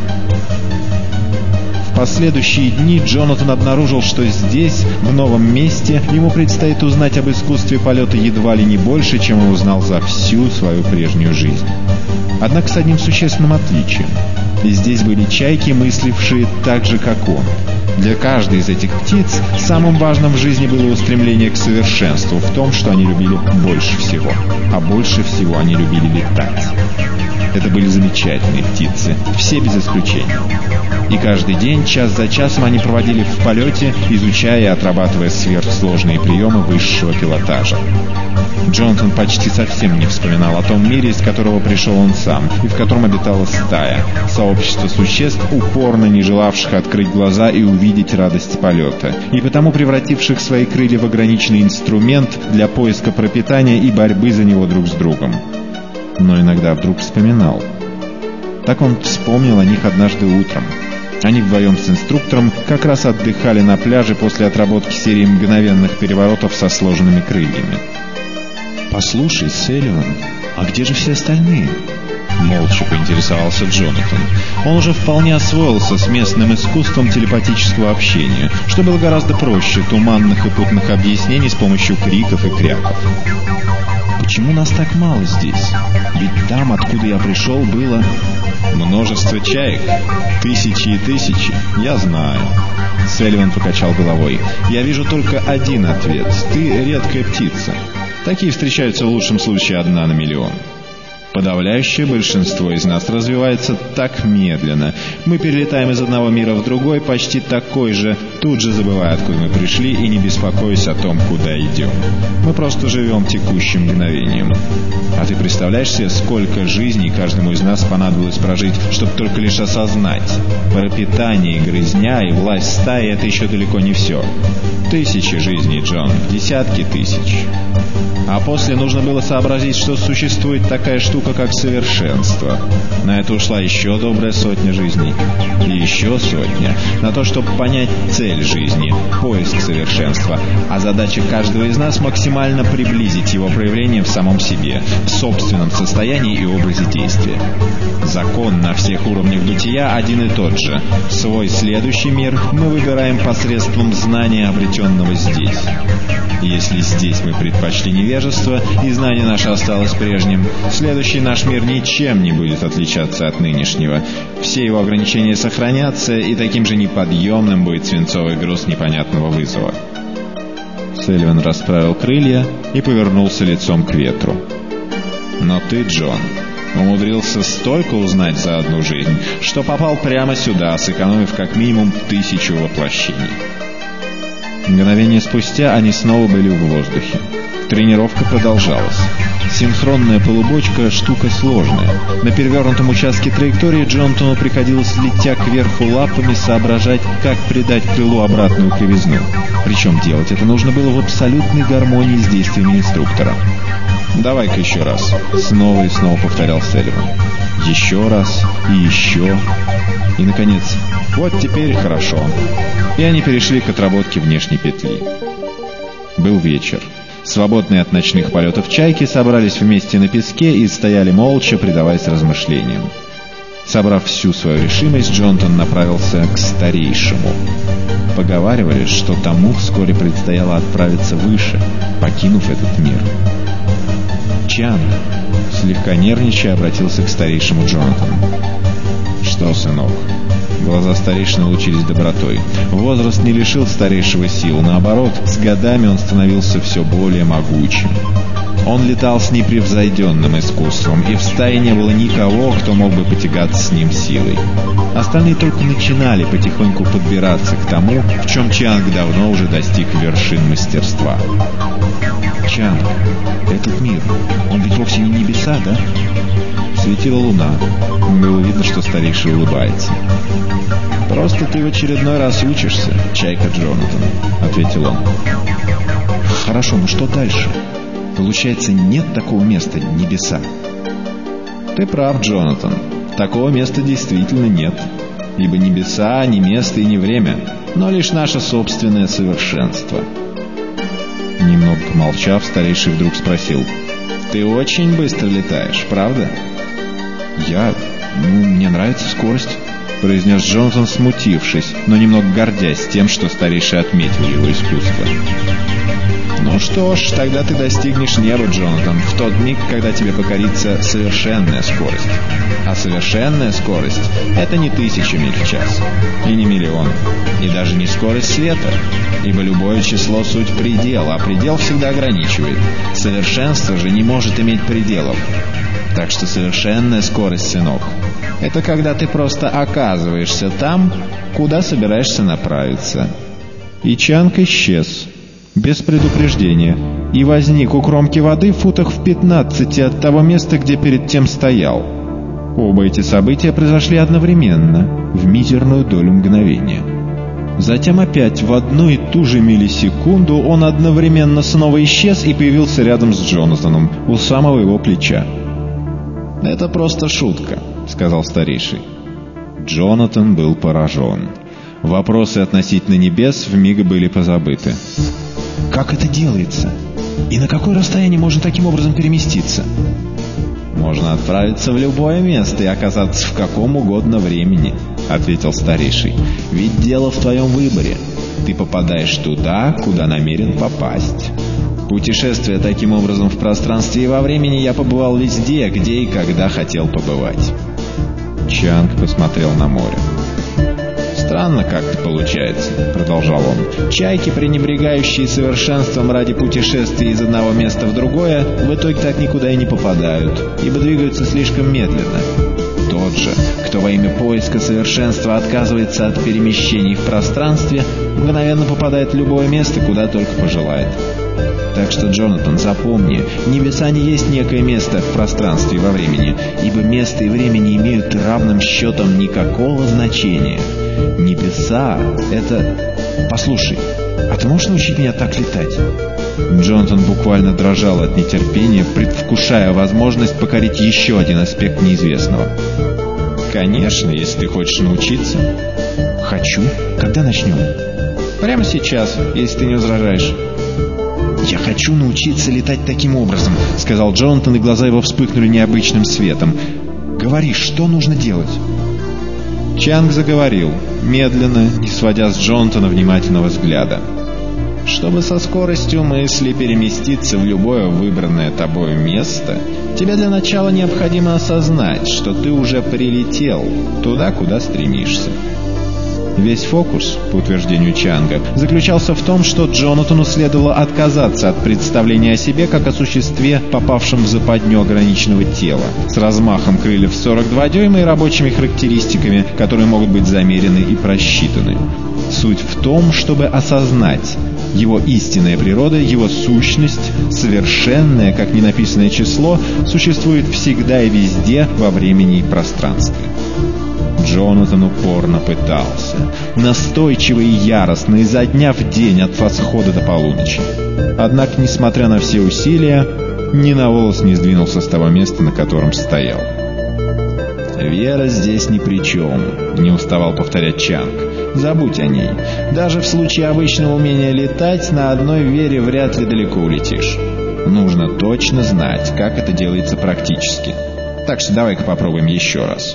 В последующие дни Джонатан обнаружил, что здесь, в новом месте, ему предстоит узнать об искусстве полета едва ли не больше, чем он узнал за всю свою прежнюю жизнь. Однако с одним существенным отличием. Здесь были чайки, мыслившие так же, как он. Для каждой из этих птиц самым важным в жизни было устремление к совершенству в том, что они любили больше всего. А больше всего они любили летать. Это были замечательные птицы, все без исключения. И каждый день, час за часом, они проводили в полете, изучая и отрабатывая сверхсложные приемы высшего пилотажа. Джонатан почти совсем не вспоминал о том мире, из которого пришел он сам, и в котором обитала стая, сообщество существ, упорно не желавших открыть глаза и увидеть радость полета, и потому превративших свои крылья в ограниченный инструмент для поиска пропитания и борьбы за него друг с другом. Но иногда вдруг вспоминал. Так он вспомнил о них однажды утром. Они вдвоем с инструктором как раз отдыхали на пляже после отработки серии мгновенных переворотов со сложенными крыльями. «Послушай, Селиван, а где же все остальные?» Молча поинтересовался Джонатан. Он уже вполне освоился с местным искусством телепатического общения, что было гораздо проще туманных и путных объяснений с помощью криков и кряков. «Почему нас так мало здесь? Ведь там, откуда я пришел, было...» «Множество чаек. Тысячи и тысячи. Я знаю». Селиван покачал головой. «Я вижу только один ответ. Ты редкая птица. Такие встречаются в лучшем случае одна на миллион. Подавляющее большинство из нас развивается так медленно. Мы перелетаем из одного мира в другой, почти такой же, тут же забывая, откуда мы пришли, и не беспокоясь о том, куда идем. Мы просто живем текущим мгновением. А ты представляешь себе, сколько жизней каждому из нас понадобилось прожить, чтобы только лишь осознать? Пропитание, грызня и власть стаи — это еще далеко не все. Тысячи жизней, Джон, десятки тысяч. А после нужно было сообразить, что существует такая штука, как совершенство. На это ушла еще добрая сотня жизней. И еще сотня на то, чтобы понять цель жизни, поиск совершенства. А задача каждого из нас — максимально приблизить его проявление в самом себе, в собственном состоянии и образе действия. Закон на всех уровнях бытия один и тот же. Свой следующий мир мы выбираем посредством знания, обретенного здесь. Если здесь мы предпочли невежество, и знание наше осталось прежним, следующий наш мир ничем не будет отличаться от нынешнего. Все его ограничения сохранятся, и таким же неподъемным будет свинцовый груз непонятного вызова. Селиван расправил крылья и повернулся лицом к ветру. Но ты, Джон, умудрился столько узнать за одну жизнь, что попал прямо сюда, сэкономив как минимум тысячу воплощений. Мгновение спустя они снова были в воздухе. Тренировка продолжалась. Синхронная полубочка — штука сложная. На перевернутом участке траектории Джонатану приходилось, летя кверху лапами, соображать, как придать крылу обратную кривизну. Причем делать это нужно было в абсолютной гармонии с действиями инструктора. «Давай-ка еще раз», — снова и снова повторял Селиван. Еще раз и еще. И, наконец, вот теперь хорошо. И они перешли к отработке внешней петли. Был вечер. Свободные от ночных полетов чайки собрались вместе на песке и стояли молча, предаваясь размышлениям. Собрав всю свою решимость, Джонатан направился к старейшему. Поговаривали, что тому вскоре предстояло отправиться выше, покинув этот мир. «Чан», слегка нервничая, обратился к старейшему Джонатану. «Что, сынок?» Глаза старейшины лучились добротой. Возраст не лишил старейшего сил, наоборот, с годами он становился все более могучим. Он летал с непревзойденным искусством, и в стае не было никого, кто мог бы потягаться с ним силой. Остальные только начинали потихоньку подбираться к тому, в чем Чанг давно уже достиг вершин мастерства. «Чанг, этот мир, он ведь вовсе не небеса, да?» Светила луна. Было видно, что старейший улыбается. «Просто ты в очередной раз учишься, чайка Джонатан», — ответил он. «Хорошо, но что дальше? Получается, нет такого места небеса?» «Ты прав, Джонатан. Такого места действительно нет. Ибо небеса, не место и не время, но лишь наше собственное совершенство. Немного помолчав, старейший вдруг спросил: «Ты очень быстро летаешь, правда?» «Я... ну, мне нравится скорость», — произнес Джонатан, смутившись, но немного гордясь тем, что старейший отметил его искусство. «Ну что ж, тогда ты достигнешь неба, Джонатан, в тот миг, когда тебе покорится совершенная скорость. А совершенная скорость — это не тысяча миль в час, и не миллион, и даже не скорость света, ибо любое число — суть предел, а предел всегда ограничивает. Совершенство же не может иметь пределов. Так что совершенная скорость, сынок, это когда ты просто оказываешься там, куда собираешься направиться». И Чанг исчез без предупреждения и возник у кромки воды в футах в пятнадцати от того места, где перед тем стоял. Оба эти события произошли одновременно, в мизерную долю мгновения. Затем опять в одну и ту же миллисекунду он одновременно снова исчез и появился рядом с Джонатаном, у самого его плеча. «Это просто шутка», — сказал старейший. Джонатан был поражен. Вопросы относительно небес вмиг были позабыты. «Как это делается? И на какое расстояние можно таким образом переместиться?» «Можно отправиться в любое место и оказаться в каком угодно времени», — ответил старейший. «Ведь дело в твоем выборе. Ты попадаешь туда, куда намерен попасть. Путешествуя таким образом в пространстве и во времени, я побывал везде, где и когда хотел побывать». Чанг посмотрел на море. «Странно как-то получается», — продолжал он. «Чайки, пренебрегающие совершенством ради путешествия из одного места в другое, в итоге так никуда и не попадают, ибо двигаются слишком медленно. Тот же, кто во имя поиска совершенства отказывается от перемещений в пространстве, мгновенно попадает в любое место, куда только пожелает. Так что, Джонатан, запомни, небеса не есть некое место в пространстве и во времени, ибо место и время не имеют равным счетом никакого значения. Небеса — это... Послушай, а ты можешь научить меня так летать?» Джонатан буквально дрожал от нетерпения, предвкушая возможность покорить еще один аспект неизвестного. «Конечно, если ты хочешь научиться». «Хочу. Когда начнем?» «Прямо сейчас, если ты не возражаешь». «Я хочу научиться летать таким образом», — сказал Джонатан, и глаза его вспыхнули необычным светом. «Говори, что нужно делать?» Чанг заговорил, медленно, не сводя с Джонатана внимательного взгляда. «Чтобы со скоростью мысли переместиться в любое выбранное тобою место, тебе для начала необходимо осознать, что ты уже прилетел туда, куда стремишься». Весь фокус, по утверждению Чанга, заключался в том, что Джонатану следовало отказаться от представления о себе как о существе, попавшем в западню ограниченного тела, с размахом крыльев сорок два дюйма и рабочими характеристиками, которые могут быть замерены и просчитаны. Суть в том, чтобы осознать его истинная природа, его сущность, совершенное, как ненаписанное число, существует всегда и везде во времени и пространстве. Джонатан упорно пытался, настойчиво и яростно, изо дня в день от восхода до полуночи. Однако, несмотря на все усилия, ни на волос не сдвинулся с того места, на котором стоял. «Вера здесь ни при чем», — не уставал повторять Чанг. «Забудь о ней. Даже в случае обычного умения летать, на одной вере вряд ли далеко улетишь. Нужно точно знать, как это делается практически. Так что давай-ка попробуем еще раз».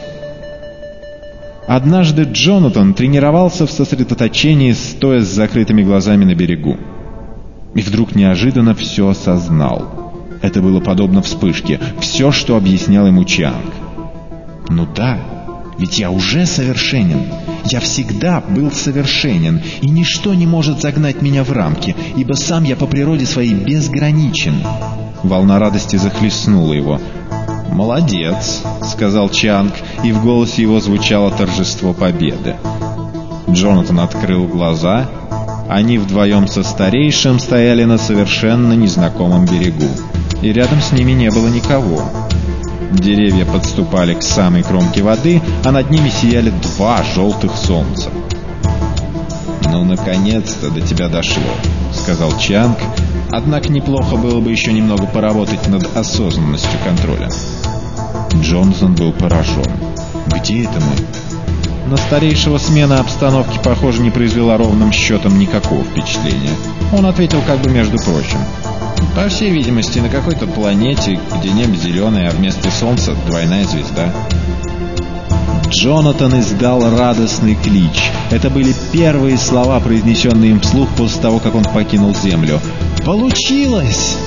Однажды Джонатан тренировался в сосредоточении, стоя с закрытыми глазами на берегу. И вдруг неожиданно все осознал. Это было подобно вспышке. Все, что объяснял ему Чанг. «Ну да, ведь я уже совершенен. Я всегда был совершенен, и ничто не может загнать меня в рамки, ибо сам я по природе своей безграничен». Волна радости захлестнула его. «Молодец», — сказал Чанг, и в голосе его звучало торжество победы. Джонатан открыл глаза. Они вдвоем со старейшим стояли на совершенно незнакомом берегу, и рядом с ними не было никого. Деревья подступали к самой кромке воды, а над ними сияли два желтых солнца. «Ну, наконец-то до тебя дошло», — сказал Чанг. «Однако неплохо было бы еще немного поработать над осознанностью контроля». Джонатан был поражен. «Где это мы?» На старейшего смена обстановки, похоже, не произвела ровным счетом никакого впечатления. Он ответил как бы между прочим. По всей видимости, на какой-то планете, где небо зеленое, а вместо солнца двойная звезда. Джонатан издал радостный клич. Это были первые слова, произнесенные им вслух после того, как он покинул Землю. «Получилось!»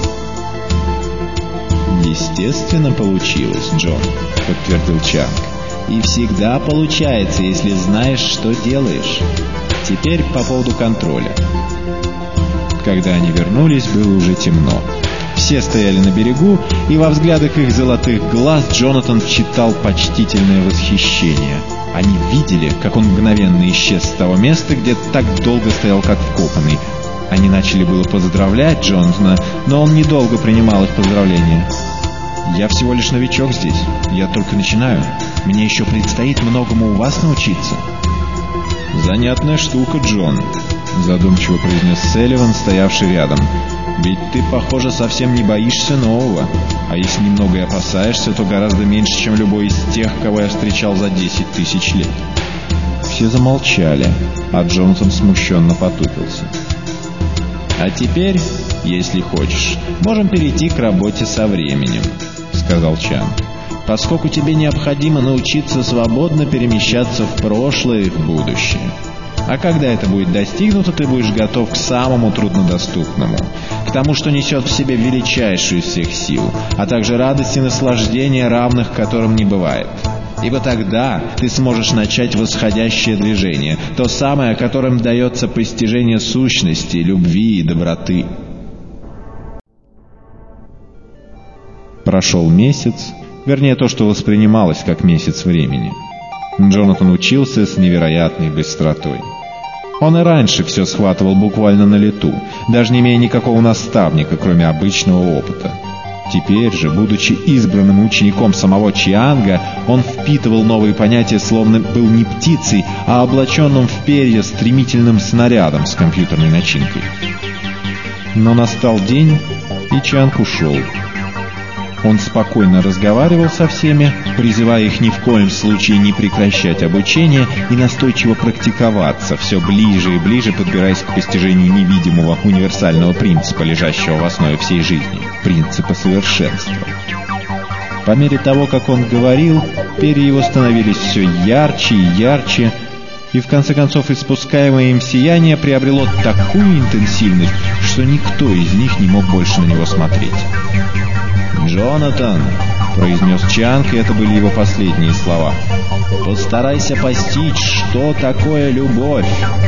«Естественно, получилось, Джон», — подтвердил Чанг. «И всегда получается, если знаешь, что делаешь. Теперь по поводу контроля». Когда они вернулись, было уже темно. Все стояли на берегу, и во взглядах их золотых глаз Джонатан читал почтительное восхищение. Они видели, как он мгновенно исчез с того места, где так долго стоял как вкопанный. Они начали было поздравлять Джонатана, но он недолго принимал их поздравления. «Я всего лишь новичок здесь. Я только начинаю. Мне еще предстоит многому у вас научиться». «Занятная штука, Джон», — задумчиво произнес Селливан, стоявший рядом. «Ведь ты, похоже, совсем не боишься нового. А если немного и опасаешься, то гораздо меньше, чем любой из тех, кого я встречал за десять тысяч лет». Все замолчали, а Джонатан смущенно потупился. «А теперь, если хочешь, можем перейти к работе со временем», — сказал Чан. «Поскольку тебе необходимо научиться свободно перемещаться в прошлое и в будущее. А когда это будет достигнуто, ты будешь готов к самому труднодоступному, к тому, что несет в себе величайшую из всех сил, а также радость и наслаждение, равных которым не бывает. Ибо тогда ты сможешь начать восходящее движение, то самое, которым дается постижение сущности, любви и доброты». Прошел месяц, вернее то, что воспринималось как месяц времени. Джонатан учился с невероятной быстротой. Он и раньше все схватывал буквально на лету, даже не имея никакого наставника, кроме обычного опыта. Теперь же, будучи избранным учеником самого Чианга, он впитывал новые понятия, словно был не птицей, а облаченным в перья стремительным снарядом с компьютерной начинкой. Но настал день, и Чианг ушел. Он спокойно разговаривал со всеми, призывая их ни в коем случае не прекращать обучение и настойчиво практиковаться, все ближе и ближе подбираясь к постижению невидимого универсального принципа, лежащего в основе всей жизни — принципа совершенства. По мере того, как он говорил, перья его становились все ярче и ярче, и в конце концов испускаемое им сияние приобрело такую интенсивность, что никто из них не мог больше на него смотреть. «Джонатан», — произнес Чанг, и это были его последние слова, — «постарайся постичь, что такое любовь».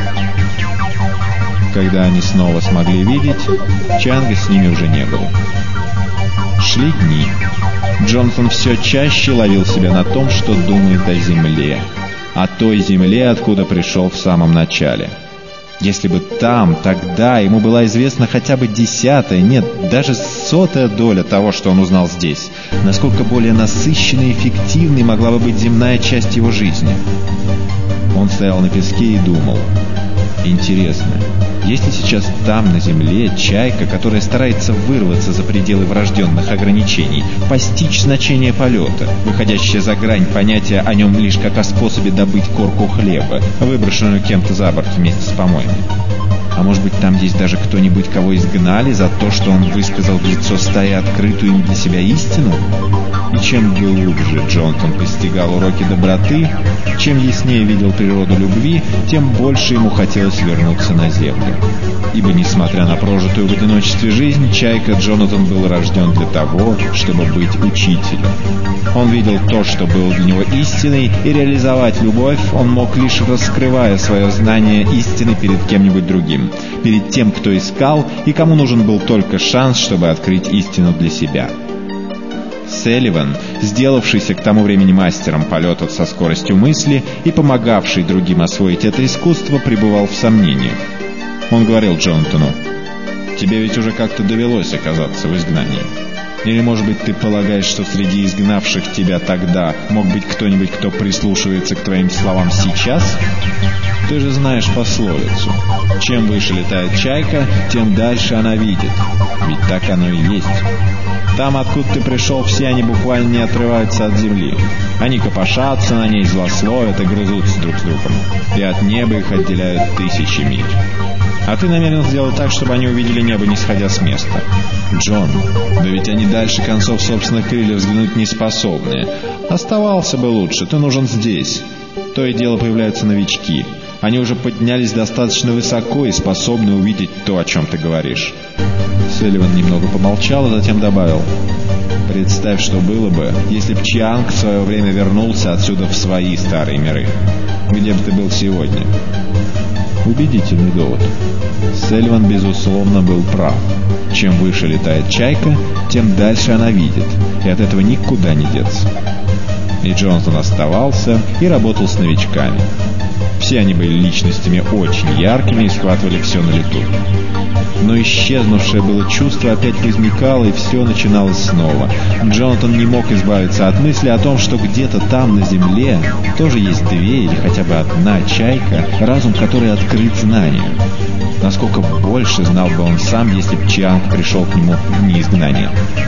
Когда они снова смогли видеть, Чанга с ними уже не было. Шли дни. Джонатан все чаще ловил себя на том, что думает о земле, о той земле, откуда пришел в самом начале. Если бы там, тогда ему была известна хотя бы десятая, нет, даже сотая доля того, что он узнал здесь, насколько более насыщенной и эффективной могла бы быть земная часть его жизни. Он стоял на песке и думал: интересно, есть ли сейчас там, на земле, чайка, которая старается вырваться за пределы врожденных ограничений, постичь значение полета, выходящее за грань понятия о нем лишь как о способе добыть корку хлеба, выброшенную кем-то за борт вместе с помойной? А может быть, там есть даже кто-нибудь, кого изгнали за то, что он высказал в лицо стаи открытую им для себя истину? И чем глубже Джонатан постигал уроки доброты, чем яснее видел природу любви, тем больше ему хотелось вернуться на землю. Ибо, несмотря на прожитую в одиночестве жизнь, Чайка Джонатан был рожден для того, чтобы быть учителем. Он видел то, что было для него истиной, и реализовать любовь он мог лишь раскрывая свое знание истины перед кем-нибудь другим, перед тем, кто искал и кому нужен был только шанс, чтобы открыть истину для себя. Селливан, сделавшийся к тому времени мастером полетов со скоростью мысли и помогавший другим освоить это искусство, пребывал в сомнениях. Он говорил Джонатану: «Тебе ведь уже как-то довелось оказаться в изгнании. Или, может быть, ты полагаешь, что среди изгнавших тебя тогда мог быть кто-нибудь, кто прислушивается к твоим словам сейчас? Ты же знаешь пословицу. Чем выше летает чайка, тем дальше она видит. Ведь так оно и есть. Там, откуда ты пришел, все они буквально не отрываются от земли. Они копошатся на ней, злословят и грызутся друг с другом. И от неба их отделяют тысячи миль. А ты намерен сделать так, чтобы они увидели небо, не сходя с места. Джон, да ведь они дальше концов собственных крыльев взглянуть не способны. Оставался бы лучше, ты нужен здесь. То и дело появляются новички. Они уже поднялись достаточно высоко и способны увидеть то, о чем ты говоришь. Салливан немного помолчал, а затем добавил: представь, что было бы, если б Чианг в свое время вернулся отсюда в свои старые миры. Где бы ты был сегодня? Убедительный довод. Салливан, безусловно, был прав. Чем выше летает чайка, тем дальше она видит, и от этого никуда не деться. И Джонатан оставался и работал с новичками. Все они были личностями очень яркими и схватывали все на лету. Но исчезнувшее было чувство опять возникало, и все начиналось снова. Джонатан не мог избавиться от мысли о том, что где-то там, на земле, тоже есть две или хотя бы одна чайка, разум которой открыт знанию. Насколько больше знал бы он сам, если бы Чианг пришел к нему не изгнание.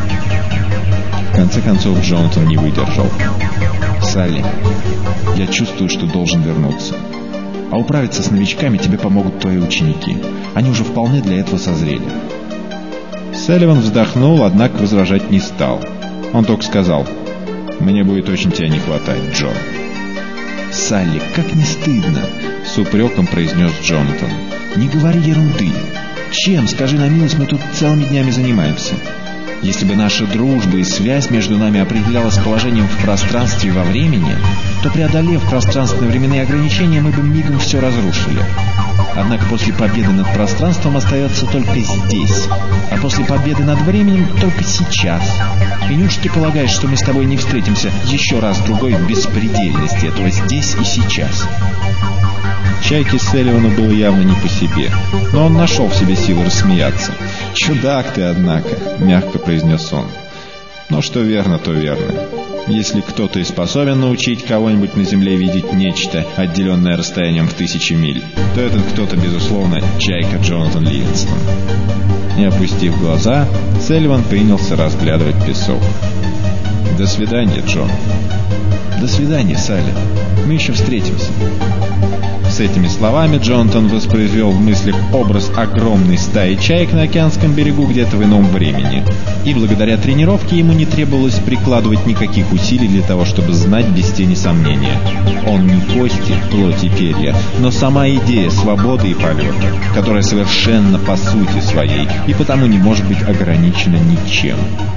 В конце концов Джонатан не выдержал. «Салли, я чувствую, что должен вернуться. А управиться с новичками тебе помогут твои ученики. Они уже вполне для этого созрели». Салливан вздохнул, однако возражать не стал. Он только сказал: «Мне будет очень тебя не хватать, Джо». «Салли, как не стыдно!» — с упреком произнес Джонатан. «Не говори ерунды. Чем, скажи на милость, мы тут целыми днями занимаемся? Если бы наша дружба и связь между нами определялась положением в пространстве и во времени, то, преодолев пространственно-временные ограничения, мы бы мигом все разрушили. Однако после победы над пространством остается только здесь, а после победы над временем только сейчас. И неужто ты полагаешь, что мы с тобой не встретимся еще раз другой в беспредельности этого здесь и сейчас?» Чайке Салливану было явно не по себе, но он нашел в себе силы рассмеяться. «Чудак ты, однако», — мягко произнес он. «Но что верно, то верно. Если кто-то и способен научить кого-нибудь на земле видеть нечто, отделенное расстоянием в тысячи миль, то этот кто-то, безусловно, чайка Джонатан Ливингстон». Не опустив глаза, Салливан принялся разглядывать песок. «До свидания, Джон». «До свидания, Салли. Мы еще встретимся». С этими словами Джонатан воспроизвел в мыслях образ огромной стаи чаек на океанском берегу где-то в ином времени. И благодаря тренировке ему не требовалось прикладывать никаких усилий для того, чтобы знать без тени сомнения: он не кости, плоть и перья, но сама идея свободы и полета, которая совершенно по сути своей и потому не может быть ограничена ничем.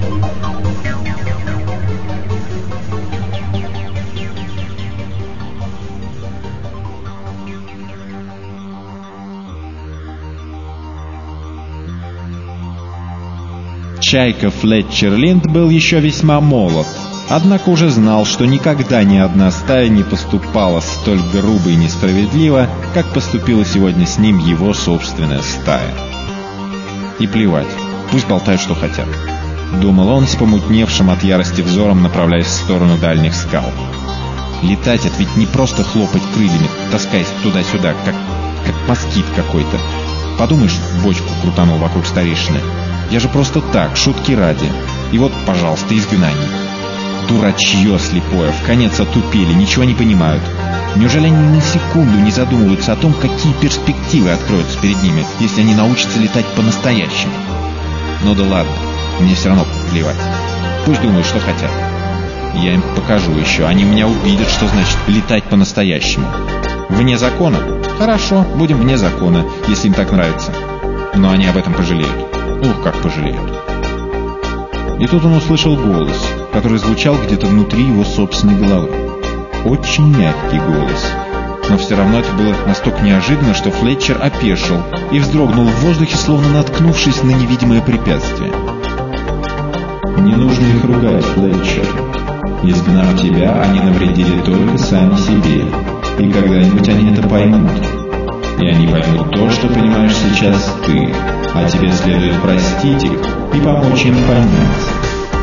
Чайка Флетчер Линд был еще весьма молод, однако уже знал, что никогда ни одна стая не поступала столь грубо и несправедливо, как поступила сегодня с ним его собственная стая. И плевать, пусть болтают, что хотят, думал он с помутневшим от ярости взором, направляясь в сторону дальних скал. Летать — это ведь не просто хлопать крыльями, таскаясь туда-сюда, как, как москит какой-то. Подумаешь, бочку крутанул вокруг старейшины. Я же просто так, шутки ради. И вот, пожалуйста, изгнание. Дурачье слепое, в конец отупели, ничего не понимают. Неужели они на секунду не задумываются о том, какие перспективы откроются перед ними, если они научатся летать по-настоящему? Ну да ладно, мне все равно плевать. Пусть думают, что хотят. Я им покажу еще, они меня увидят, что значит летать по-настоящему. Вне закона? Хорошо, будем вне закона, если им так нравится. Но они об этом пожалеют. Ух, как пожалеют. И тут он услышал голос, который звучал где-то внутри его собственной головы. Очень мягкий голос. Но все равно это было настолько неожиданно, что Флетчер опешил и вздрогнул в воздухе, словно наткнувшись на невидимое препятствие. «Не нужно их ругать, Флетчер. Изгнав тебя, они навредили только сами себе. И когда-нибудь они это поймут. И они поймут то, что понимаешь сейчас ты. А тебе следует простить их и помочь им понять.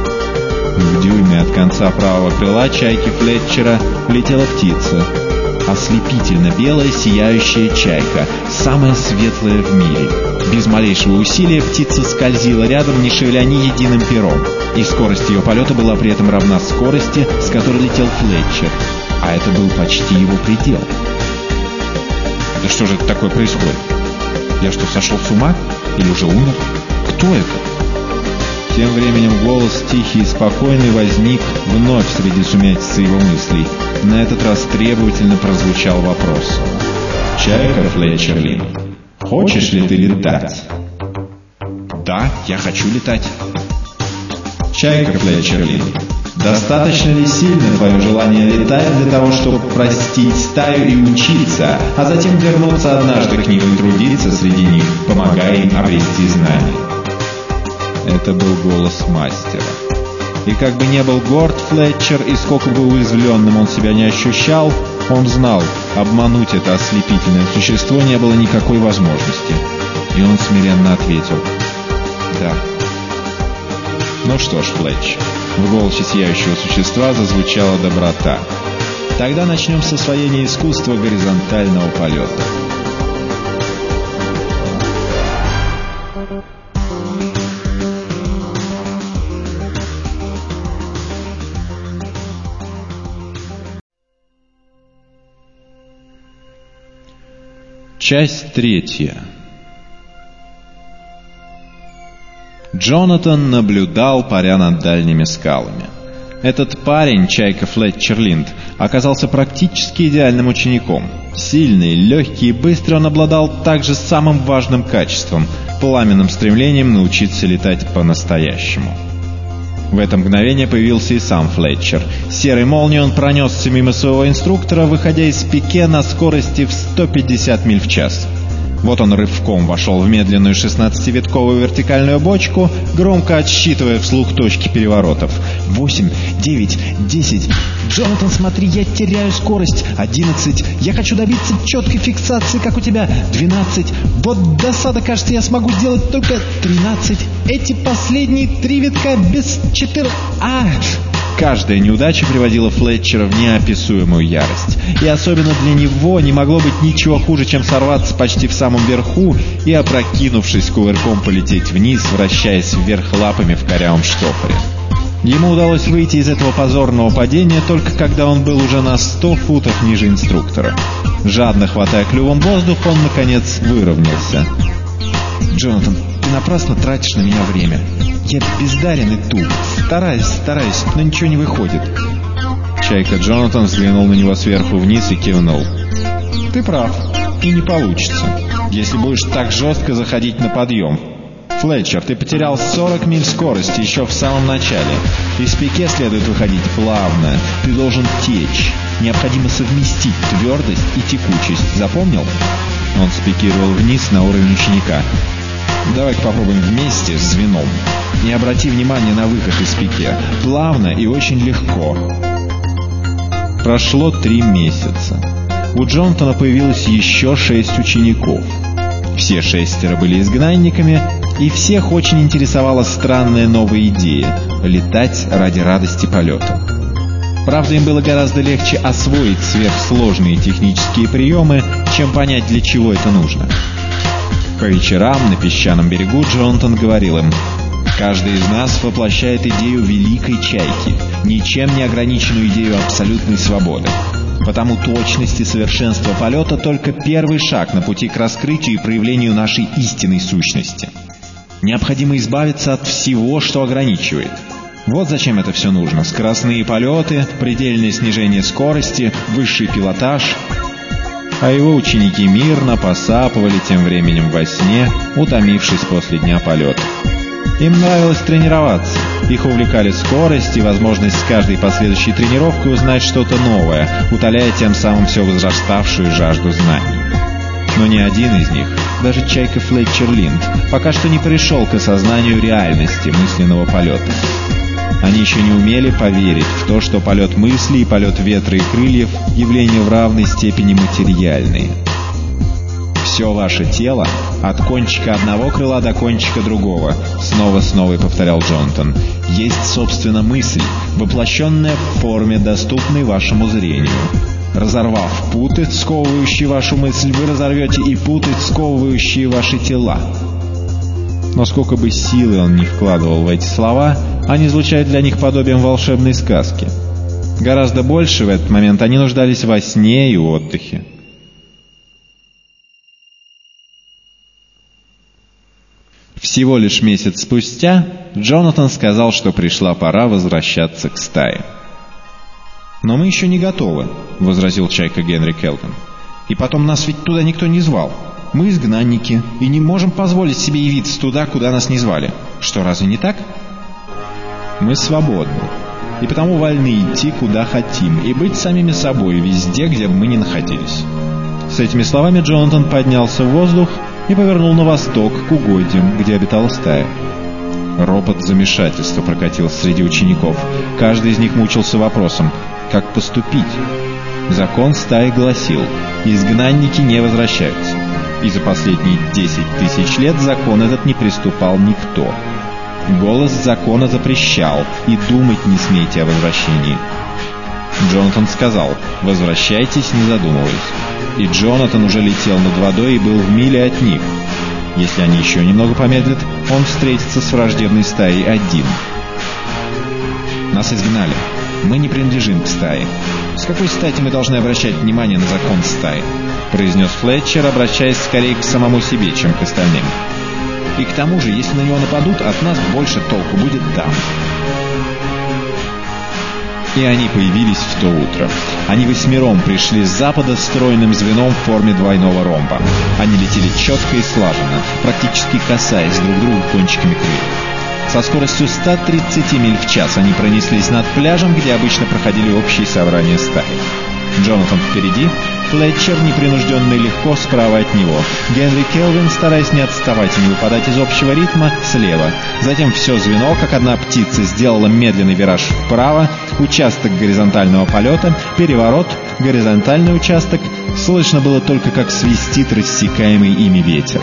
В дюйме от конца правого крыла чайки Флетчера летела птица. Ослепительно белая сияющая чайка, самая светлая в мире. Без малейшего усилия птица скользила рядом, не шевеля ни единым пером. И скорость ее полета была при этом равна скорости, с которой летел Флетчер. А это был почти его предел. Да что же это такое происходит? Я что, сошел с ума? Или уже умер? Кто это? Тем временем голос, тихий и спокойный, возник вновь среди сумятицы его мыслей. На этот раз требовательно прозвучал вопрос. «Чайка Флетчерлин, хочешь ли ты летать?» «Да, я хочу летать». «Чайка Флетчерлин, достаточно ли сильно твое желание летать для того, чтобы простить стаю и учиться, а затем вернуться однажды к ним и трудиться среди них, помогая им обрести знания?» Это был голос мастера. И как бы не был горд Флетчер, и сколько бы уязвленным он себя не ощущал, он знал, обмануть это ослепительное существо не было никакой возможности. И он смиренно ответил: «Да». «Ну что ж, Флетчер», в голосе сияющего существа зазвучала доброта. «Тогда начнем с освоения искусства горизонтального полета». Часть третья. Джонатан наблюдал, паря над дальними скалами. Этот парень, чайка Флетчерлинд, оказался практически идеальным учеником. Сильный, легкий и быстрый, он обладал также самым важным качеством — пламенным стремлением научиться летать по-настоящему. В это мгновение появился и сам Флетчер. Серой молнией он пронесся мимо своего инструктора, выходя из пике на скорости в сто пятьдесят миль в час. Вот он рывком вошел в медленную шестнадцативитковую вертикальную бочку, громко отсчитывая вслух точки переворотов. Восемь, девять, десять. «Джонатан, смотри, я теряю скорость. Одиннадцать. Я хочу добиться четкой фиксации, как у тебя. Двенадцать. Вот досада, кажется, я смогу сделать только тринадцать. Эти последние три витка без четыре... А!» Каждая неудача приводила Флетчера в неописуемую ярость. И особенно для него не могло быть ничего хуже, чем сорваться почти в самом верху и, опрокинувшись кувырком, полететь вниз, вращаясь вверх лапами в корявом штопоре. Ему удалось выйти из этого позорного падения только когда он был уже на сто футов ниже инструктора. Жадно хватая клювом воздух, он, наконец, выровнялся. «Джонатан, ты напрасно тратишь на меня время. Я бездарен и туп. Стараюсь, стараюсь, но ничего не выходит». Чайка Джонатан взглянул на него сверху вниз и кивнул. «Ты прав, и не получится, если будешь так жестко заходить на подъем. Флетчер, ты потерял сорок миль скорости еще в самом начале. Из пике следует выходить плавно. Ты должен течь. Необходимо совместить твердость и текучесть. Запомнил?» Он спикировал вниз на уровень ученика. «Давай-ка попробуем вместе с звеном. Не обрати внимания на выход из пике. Плавно и очень легко». Прошло три месяца. У Джонатана появилось еще шесть учеников. Все шестеро были изгнанниками, и всех очень интересовала странная новая идея — летать ради радости полета. Правда, им было гораздо легче освоить сверхсложные технические приемы, чем понять, для чего это нужно. По вечерам на песчаном берегу Джонатан говорил им: «Каждый из нас воплощает идею великой чайки, ничем не ограниченную идею абсолютной свободы. Потому точность и совершенство полета — только первый шаг на пути к раскрытию и проявлению нашей истинной сущности. Необходимо избавиться от всего, что ограничивает. Вот зачем это все нужно: скоростные полеты, предельное снижение скорости, высший пилотаж». А его ученики мирно посапывали тем временем во сне, утомившись после дня полета. Им нравилось тренироваться. Их увлекали скорость и возможность с каждой последующей тренировкой узнать что-то новое, утоляя тем самым все возраставшую жажду знаний. Но ни один из них, даже чайка Флетчерлинд, пока что не пришел к осознанию реальности мысленного полета. Они еще не умели поверить в то, что полет мысли и полет ветра и крыльев — явления в равной степени материальные. Все ваше тело, от кончика одного крыла до кончика другого, снова-снова и повторял Джонатан, есть, собственно, мысль, воплощенная в форме, доступной вашему зрению. Разорвав путы, сковывающие вашу мысль, вы разорвете и путы, сковывающие ваши тела. Но сколько бы силы он ни вкладывал в эти слова, они звучат для них подобием волшебной сказки. Гораздо больше в этот момент они нуждались во сне и отдыхе. Всего лишь месяц спустя Джонатан сказал, что пришла пора возвращаться к стае. «Но мы еще не готовы», — возразил Чайка Генри Келвин. «И потом нас ведь туда никто не звал. Мы изгнанники и не можем позволить себе явиться туда, куда нас не звали. Что, разве не так? Мы свободны, и потому вольны идти, куда хотим, и быть самими собой везде, где бы мы ни находились». С этими словами Джонатан поднялся в воздух и повернул на восток, к угодьям, где обитала стая. Ропот замешательства прокатился среди учеников. Каждый из них мучился вопросом, как поступить. Закон стаи гласил, изгнанники не возвращаются. И за последние десять тысяч лет закон этот не приступал никто. Голос закона запрещал, и думать не смейте о возвращении. Джонатан сказал, возвращайтесь, не задумываясь. И Джонатан уже летел над водой и был в миле от них. Если они еще немного помедлят, он встретится с враждебной стаей один. Нас изгнали. Мы не принадлежим к стае. С какой стати мы должны обращать внимание на закон стаи? Произнес Флетчер, обращаясь скорее к самому себе, чем к остальным. И к тому же, если на него нападут, от нас больше толку будет там. И они появились в то утро. Они восьмером пришли с запада стройным звеном в форме двойного ромба. Они летели четко и слаженно, практически касаясь друг друга кончиками крыльев. Со скоростью ста тридцати миль в час они пронеслись над пляжем, где обычно проходили общие собрания стаи. Джонатан впереди, Флетчер непринужденно и легко справа от него, Генри Келвин, стараясь не отставать и не выпадать из общего ритма, слева. Затем все звено, как одна птица, сделало медленный вираж вправо, участок горизонтального полета, переворот, горизонтальный участок. Слышно было только, как свистит рассекаемый ими ветер.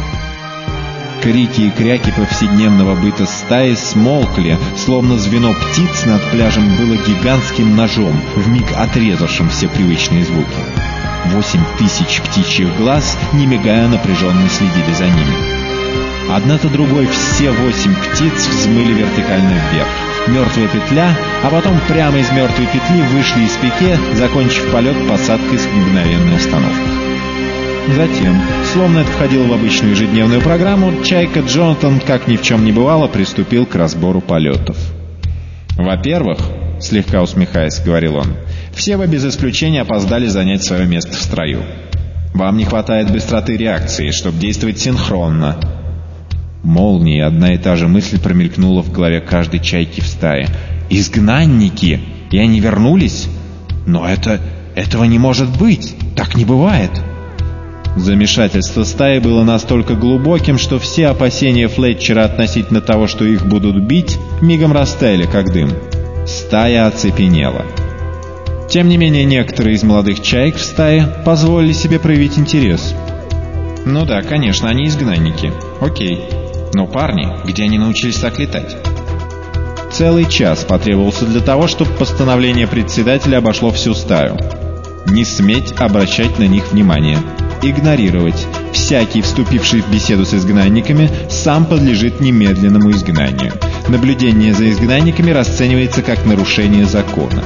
Крики и кряки повседневного быта стаи смолкли, словно звено птиц над пляжем было гигантским ножом, вмиг отрезавшим все привычные звуки. Восемь тысяч птичьих глаз, не мигая, напряженно следили за ними. Одна за другой все восемь птиц взмыли вертикально вверх. Мертвая петля, а потом прямо из мертвой петли вышли из пике, закончив полет посадкой с мгновенной остановкой. Затем, словно это входило в обычную ежедневную программу, Чайка Джонатан, как ни в чем не бывало, приступил к разбору полетов. «Во-первых, — слегка усмехаясь, говорил он, — все вы без исключения опоздали занять свое место в строю. Вам не хватает быстроты реакции, чтобы действовать синхронно». Молнией одна и та же мысль промелькнула в голове каждой чайки в стае. «Изгнанники! И они вернулись? Но это... этого не может быть! Так не бывает!» Замешательство стаи было настолько глубоким, что все опасения Флетчера относительно того, что их будут бить, мигом растаяли, как дым. Стая оцепенела. Тем не менее, некоторые из молодых чаек в стае позволили себе проявить интерес. «Ну да, конечно, они изгнанники. Окей. Но парни, где они научились так летать?» Целый час потребовался для того, чтобы постановление председателя обошло всю стаю. Не сметь обращать на них внимание. Игнорировать. Всякий, вступивший в беседу с изгнанниками, сам подлежит немедленному изгнанию. Наблюдение за изгнанниками расценивается как нарушение закона.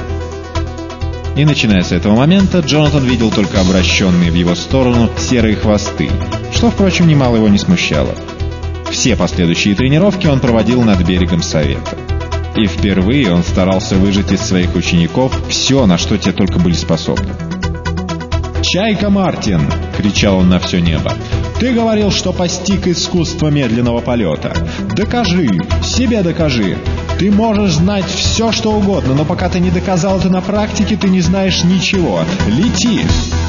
И начиная с этого момента, Джонатан видел только обращенные в его сторону серые хвосты, что, впрочем, немало его не смущало. Все последующие тренировки он проводил над берегом Совета. И впервые он старался выжать из своих учеников все, на что те только были способны. «Чайка Мартин!» — кричал он на все небо. «Ты говорил, что постиг искусство медленного полета. Докажи! Себе докажи! Ты можешь знать все, что угодно, но пока ты не доказал это на практике, ты не знаешь ничего. Лети!»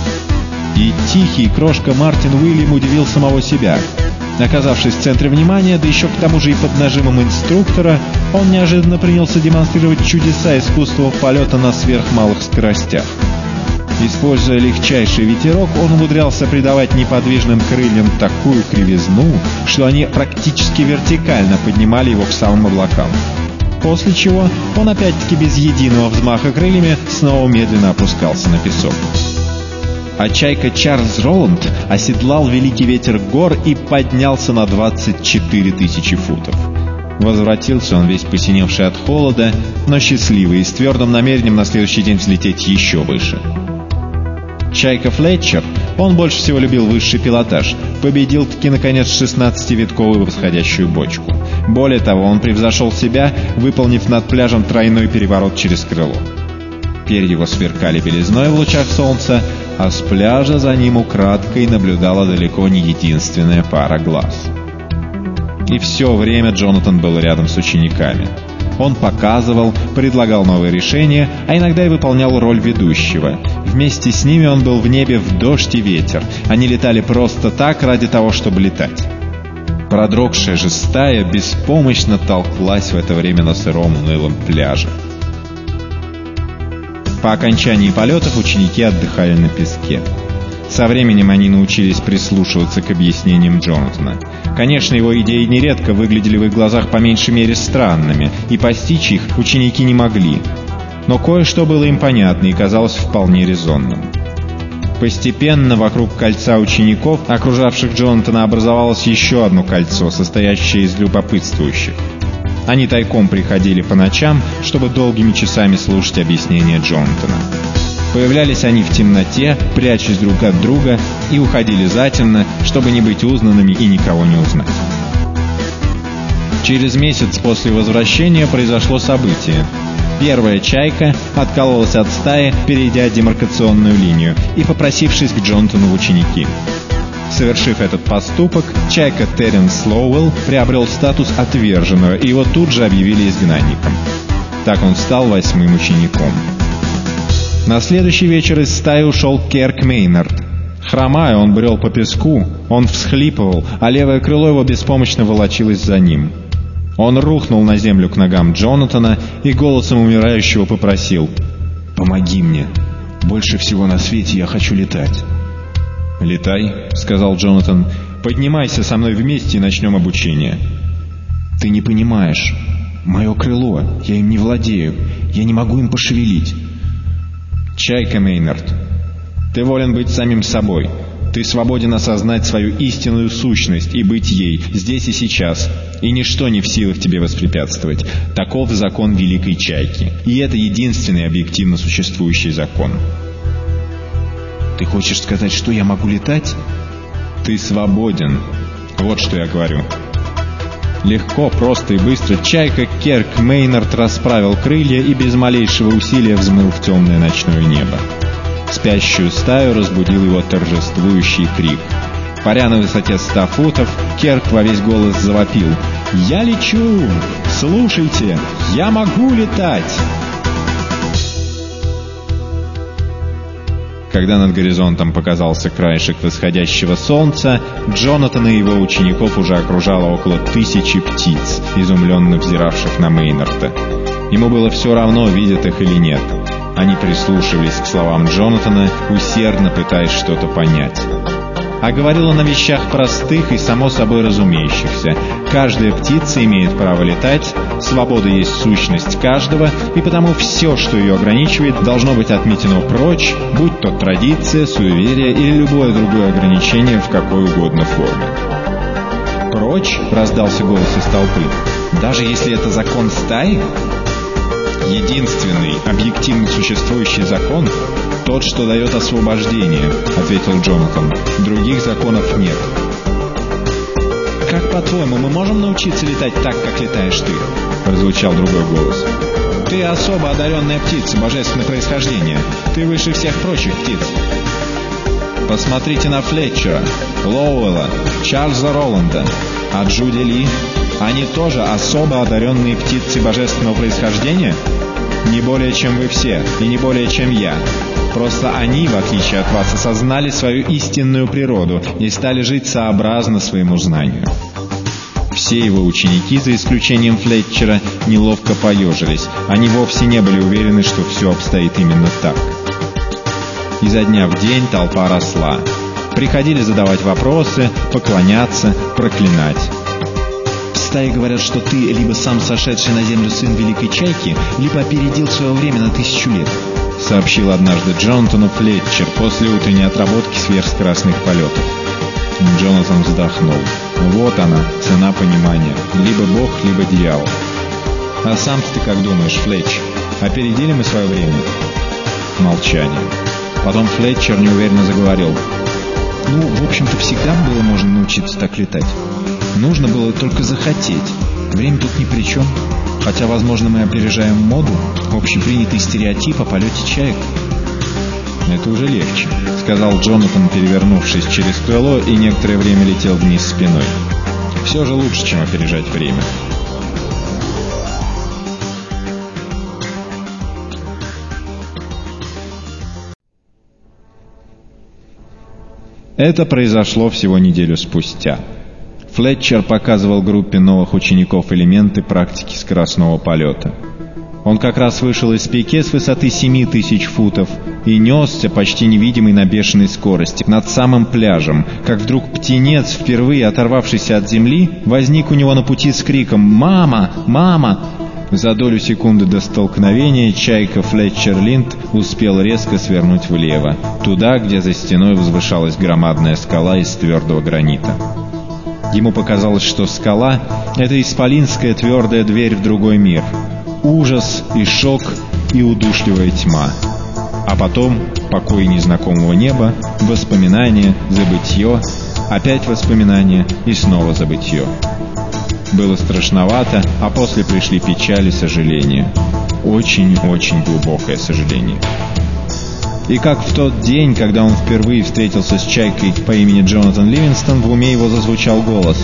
И тихий крошка Мартин Уильям удивил самого себя. Оказавшись в центре внимания, да еще к тому же и под нажимом инструктора, он неожиданно принялся демонстрировать чудеса искусства полета на сверхмалых скоростях. Используя легчайший ветерок, он умудрялся придавать неподвижным крыльям такую кривизну, что они практически вертикально поднимали его к самым облакам. После чего он опять-таки без единого взмаха крыльями снова медленно опускался на песок. А чайка Чарльз Роланд оседлал великий ветер гор и поднялся на двадцать четыре тысячи футов. Возвратился он весь посиневший от холода, но счастливый и с твердым намерением на следующий день взлететь еще выше. Чайка Флетчер, он больше всего любил высший пилотаж, победил-таки, наконец, шестнадцативитковую восходящую бочку. Более того, он превзошел себя, выполнив над пляжем тройной переворот через крыло. Перья его сверкали белизной в лучах солнца, а с пляжа за ним украдкой наблюдала далеко не единственная пара глаз. И все время Джонатан был рядом с учениками. Он показывал, предлагал новые решения, а иногда и выполнял роль ведущего. Вместе с ними он был в небе в дождь и ветер. Они летали просто так, ради того, чтобы летать. Продрогшая же стая беспомощно толклась в это время на сыром унылом пляже. По окончании полетов ученики отдыхали на песке. Со временем они научились прислушиваться к объяснениям Джонатана. Конечно, его идеи нередко выглядели в их глазах по меньшей мере странными, и постичь их ученики не могли. Но кое-что было им понятно и казалось вполне резонным. Постепенно вокруг кольца учеников, окружавших Джонатана, образовалось еще одно кольцо, состоящее из любопытствующих. Они тайком приходили по ночам, чтобы долгими часами слушать объяснения Джонатана. Появлялись они в темноте, прячась друг от друга, и уходили затемно, чтобы не быть узнанными и никого не узнать. Через месяц после возвращения произошло событие. Первая чайка откололась от стаи, перейдя демаркационную линию и попросившись к Джонатану в ученики. Совершив этот поступок, чайка Терренс Слоуэлл приобрел статус отверженного, и его тут же объявили изгнанником. Так он стал восьмым учеником. На следующий вечер из стаи ушел Керк Мейнард. Хромая, он брел по песку, он всхлипывал, а левое крыло его беспомощно волочилось за ним. Он рухнул на землю к ногам Джонатана и голосом умирающего попросил: «Помоги мне. Больше всего на свете я хочу летать». «Летай», — сказал Джонатан. «Поднимайся со мной вместе и начнем обучение». «Ты не понимаешь. Мое крыло. Я им не владею. Я не могу им пошевелить». «Чайка Мейнард, ты волен быть самим собой. Ты свободен осознать свою истинную сущность и быть ей здесь и сейчас, и ничто не в силах тебе воспрепятствовать. Таков закон Великой Чайки, и это единственный объективно существующий закон». «Ты хочешь сказать, что я могу летать?» «Ты свободен. Вот что я говорю». Легко, просто и быстро чайка Керк Мейнард расправил крылья и без малейшего усилия взмыл в темное ночное небо. Спящую стаю разбудил его торжествующий крик. Паря на высоте ста футов, Керк во весь голос завопил: «Я лечу! Слушайте, я могу летать!» Когда над горизонтом показался краешек восходящего солнца, Джонатана и его учеников уже окружало около тысячи птиц, изумленно взиравших на Мейнарда. Ему было все равно, видят их или нет. Они прислушивались к словам Джонатана, усердно пытаясь что-то понять. А говорил он о вещах простых и само собой разумеющихся. Каждая птица имеет право летать, свобода есть сущность каждого, и потому все, что ее ограничивает, должно быть отметено прочь, будь то традиция, суеверие или любое другое ограничение в какой угодно форме. «Прочь?» — раздался голос из толпы. «Даже если это закон стаи?» «Единственный, объективно существующий закон — тот, что дает освобождение», — ответил Джонатан. «Других законов нет». «Как, по-твоему, мы можем научиться летать так, как летаешь ты?» — прозвучал другой голос. «Ты особо одаренная птица божественного происхождения. Ты выше всех прочих птиц». «Посмотрите на Флетчера, Лоуэлла, Чарльза Роланда, а Джуди Ли. Они тоже особо одаренные птицы божественного происхождения? Не более, чем вы все, и не более, чем я. Просто они, в отличие от вас, осознали свою истинную природу и стали жить сообразно своему знанию». Все его ученики, за исключением Флетчера, неловко поежились. Они вовсе не были уверены, что все обстоит именно так. Изо дня в день толпа росла. Приходили задавать вопросы, поклоняться, проклинать. В стае говорят, что ты либо сам сошедший на землю сын Великой Чайки, либо опередил свое время на тысячу лет, — сообщил однажды Джонатану Флетчер после утренней отработки сверхскоростных полетов. Джонатан вздохнул. Вот она, цена понимания. Либо Бог, либо дьявол. А сам ты как думаешь, Флетч, опередили мы свое время? Молчание. Потом Флетчер неуверенно заговорил. Ну, в общем-то, всегда было можно научиться так летать. Нужно было только захотеть. Время тут ни при чем. Хотя, возможно, мы опережаем моду, общепринятый стереотип о полете чаек. «Это уже легче», — сказал Джонатан, перевернувшись через крыло, и некоторое время летел вниз спиной. «Все же лучше, чем опережать время». Это произошло всего неделю спустя. Флетчер показывал группе новых учеников элементы практики скоростного полета. Он как раз вышел из пике с высоты семи тысяч футов и несся, почти невидимый на бешеной скорости, над самым пляжем, как вдруг птенец, впервые оторвавшийся от земли, возник у него на пути с криком «Мама! Мама!». За долю секунды до столкновения чайка Флетчер Линд успел резко свернуть влево, туда, где за стеной возвышалась громадная скала из твердого гранита. Ему показалось, что скала — это исполинская твердая дверь в другой мир. Ужас и шок и удушливая тьма. А потом покой незнакомого неба, воспоминания, забытье, опять воспоминания и снова забытье. Было страшновато, а после пришли печаль и сожаление. Очень-очень глубокое сожаление. И как в тот день, когда он впервые встретился с чайкой по имени Джонатан Ливингстон, в уме его зазвучал голос.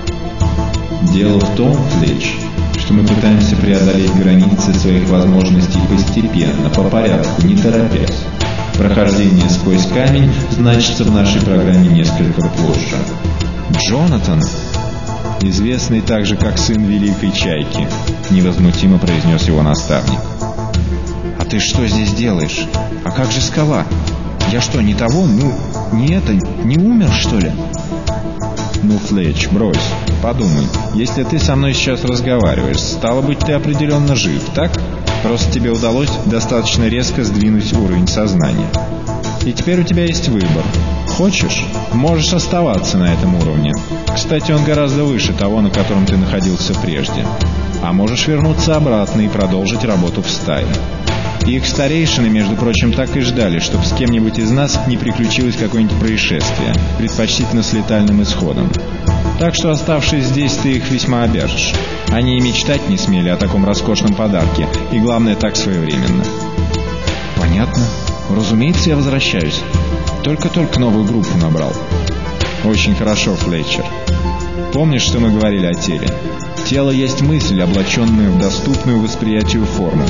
«Дело в том, Флетч, что мы пытаемся преодолеть границы своих возможностей постепенно, по порядку, не торопясь. Прохождение сквозь камень значится в нашей программе несколько позже». «Джонатан, известный также как сын Великой Чайки», — невозмутимо произнес его наставник. «А ты что здесь делаешь? А как же скала? Я что, не того? Ну, не это? Не умер, что ли?» «Ну, Флетч, брось. Подумай. Если ты со мной сейчас разговариваешь, стало быть, ты определенно жив, так? Просто тебе удалось достаточно резко сдвинуть уровень сознания. И теперь у тебя есть выбор. Хочешь, можешь оставаться на этом уровне. Кстати, он гораздо выше того, на котором ты находился прежде. А можешь вернуться обратно и продолжить работу в стае. Их старейшины, между прочим, так и ждали, чтобы с кем-нибудь из нас не приключилось какое-нибудь происшествие, предпочтительно с летальным исходом. Так что, оставшись здесь, ты их весьма обяжешь. Они и мечтать не смели о таком роскошном подарке, и главное, так своевременно». «Понятно. Разумеется, я возвращаюсь. Только-только новую группу набрал». «Очень хорошо, Флетчер. Помнишь, что мы говорили о теле? Тело есть мысль, облаченная в доступную восприятию форму».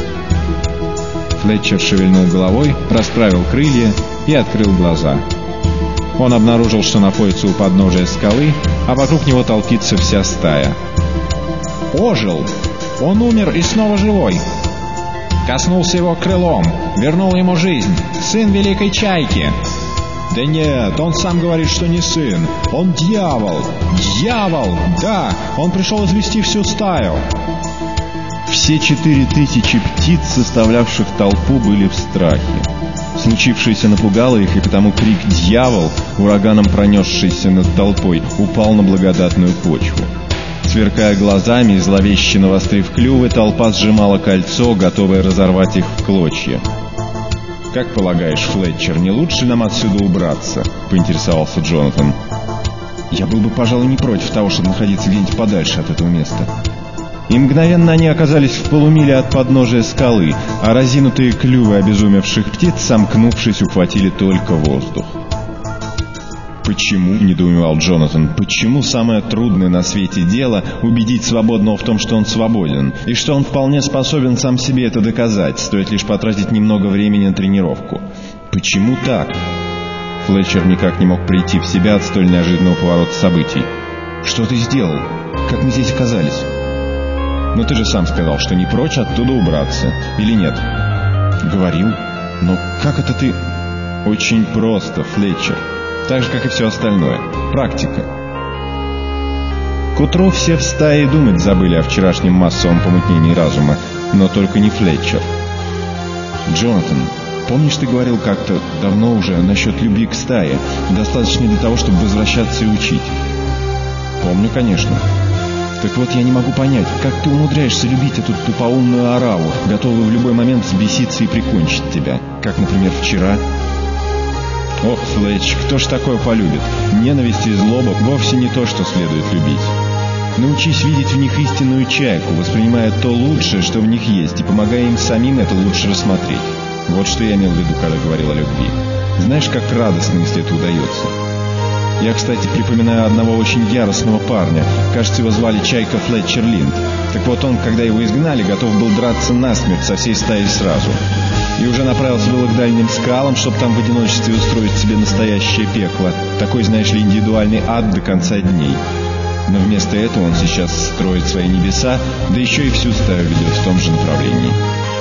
Флетчер шевельнул головой, расправил крылья и открыл глаза. Он обнаружил, что находится у подножия скалы, а вокруг него толпится вся стая. «Ожил! Он умер и снова живой! Коснулся его крылом, вернул ему жизнь! Сын Великой Чайки!» «Да нет, он сам говорит, что не сын. Он дьявол! Дьявол! Да, он пришел извести всю стаю!» Все четыре тысячи птиц, составлявших толпу, были в страхе. Случившееся напугало их, и потому крик «Дьявол!», ураганом пронесшийся над толпой, упал на благодатную почву. Сверкая глазами и зловеще навострив клювы, толпа сжимала кольцо, готовая разорвать их в клочья. «Как полагаешь, Флетчер, не лучше нам отсюда убраться?» — поинтересовался Джонатан. «Я был бы, пожалуй, не против того, чтобы находиться где-нибудь подальше от этого места». И мгновенно они оказались в полумиле от подножия скалы, а разинутые клювы обезумевших птиц, сомкнувшись, ухватили только воздух. «Почему?» — недоумевал Джонатан. «Почему самое трудное на свете дело — убедить свободного в том, что он свободен, и что он вполне способен сам себе это доказать, стоит лишь потратить немного времени на тренировку? Почему так?» Флетчер никак не мог прийти в себя от столь неожиданного поворота событий. «Что ты сделал? Как мы здесь оказались?» «Но ты же сам сказал, что не прочь оттуда убраться, или нет?» «Говорил. Но как это ты...» Очень просто, Флетчер. Так же, как и все остальное. Практика. К утру все в стае думать забыли о вчерашнем массовом помутнении разума, но только не Флетчер. Джонатан, помнишь, ты говорил как-то давно уже насчет любви к стае, достаточно для того, чтобы возвращаться и учить? Помню, конечно. Так вот, я не могу понять, как ты умудряешься любить эту тупоумную ораву, готовую в любой момент взбеситься и прикончить тебя, как, например, вчера. Ох, Флетч, кто ж такое полюбит? Ненависть и злоба вовсе не то, что следует любить. Научись видеть в них истинную чайку, воспринимая то лучшее, что в них есть, и помогая им самим это лучше рассмотреть. Вот что я имел в виду, когда говорил о любви. Знаешь, как радостно, если это удается. Я, кстати, припоминаю одного очень яростного парня. Кажется, его звали Чайка Флетчер Линд. Так вот он, когда его изгнали, готов был драться насмерть со всей стаей сразу. И уже направился было к дальним скалам, чтобы там в одиночестве устроить себе настоящее пекло. Такой, знаешь ли, индивидуальный ад до конца дней. Но вместо этого он сейчас строит свои небеса, да еще и всю стаю ведет в том же направлении.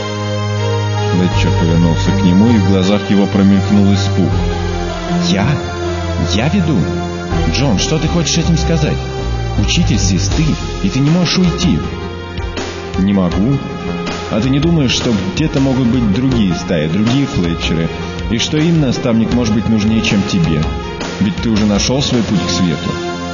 Флетчер повернулся к нему, и в глазах его промелькнул испуг. «Я? Я веду? Джон, что ты хочешь этим сказать? Учитель здесь ты, и ты не можешь уйти». «Не могу. А ты не думаешь, что где-то могут быть другие стаи, другие Флетчеры, и что им наставник может быть нужнее, чем тебе? Ведь ты уже нашел свой путь к свету».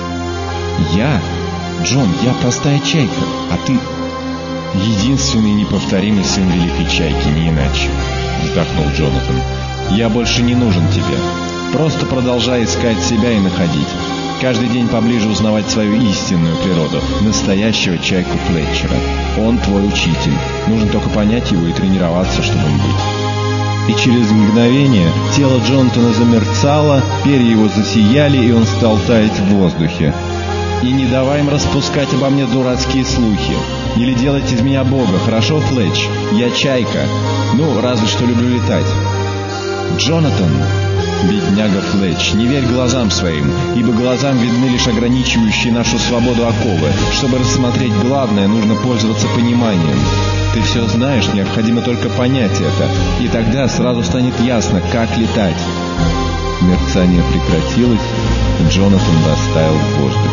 «Я? Джон, я простая чайка, а ты...» «Единственный неповторимый сын великой чайки, не иначе», — вздохнул Джонатан. «Я больше не нужен тебе. Просто продолжай искать себя и находить. Каждый день поближе узнавать свою истинную природу, настоящего чайку Флетчера. Он твой учитель. Нужно только понять его и тренироваться, чтобы им быть». И через мгновение тело Джонатана замерцало, перья его засияли, и он стал таять в воздухе. «И не давай им распускать обо мне дурацкие слухи. Или делать из меня бога, хорошо, Флетч? Я чайка. Ну, разве что люблю летать». «Джонатан!» «Бедняга Флетч, не верь глазам своим, ибо глазам видны лишь ограничивающие нашу свободу оковы. Чтобы рассмотреть главное, нужно пользоваться пониманием. Ты все знаешь, необходимо только понять это, и тогда сразу станет ясно, как летать». Мерцание прекратилось, и Джонатан растаял в воздухе.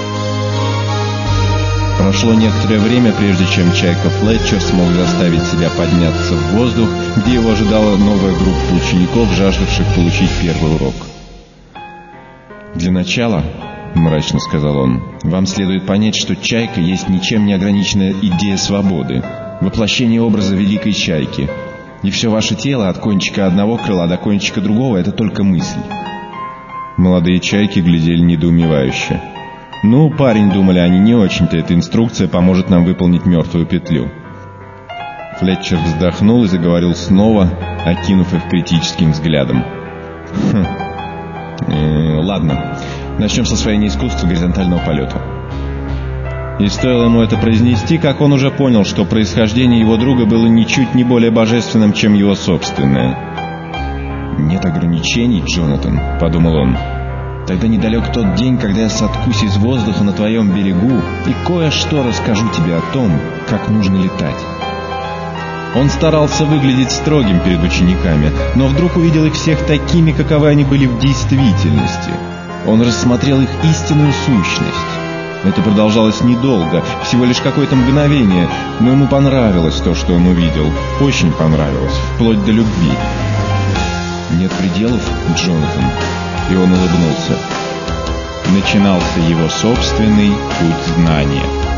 Прошло некоторое время, прежде чем чайка Флетчер смог заставить себя подняться в воздух, где его ожидала новая группа учеников, жаждавших получить первый урок. «Для начала, — мрачно сказал он, — вам следует понять, что чайка есть ничем не ограниченная идея свободы, воплощение образа великой чайки. И все ваше тело, от кончика одного крыла до кончика другого, — это только мысль». Молодые чайки глядели недоумевающе. «Ну, парень, — думали они, — не очень-то эта инструкция поможет нам выполнить мертвую петлю». Флетчер вздохнул и заговорил снова, окинув их критическим взглядом. «Хм. Э, ладно, начнем с освоения искусства горизонтального полета». И стоило ему это произнести, как он уже понял, что происхождение его друга было ничуть не более божественным, чем его собственное. «Нет ограничений, Джонатан, — подумал он. Тогда недалек тот день, когда я соткусь из воздуха на твоем берегу и кое-что расскажу тебе о том, как нужно летать». Он старался выглядеть строгим перед учениками, но вдруг увидел их всех такими, каковы они были в действительности. Он рассмотрел их истинную сущность. Это продолжалось недолго, всего лишь какое-то мгновение, но ему понравилось то, что он увидел. Очень понравилось, вплоть до любви. «Нет пределов, Джонатан». И он улыбнулся. Начинался его собственный путь знания.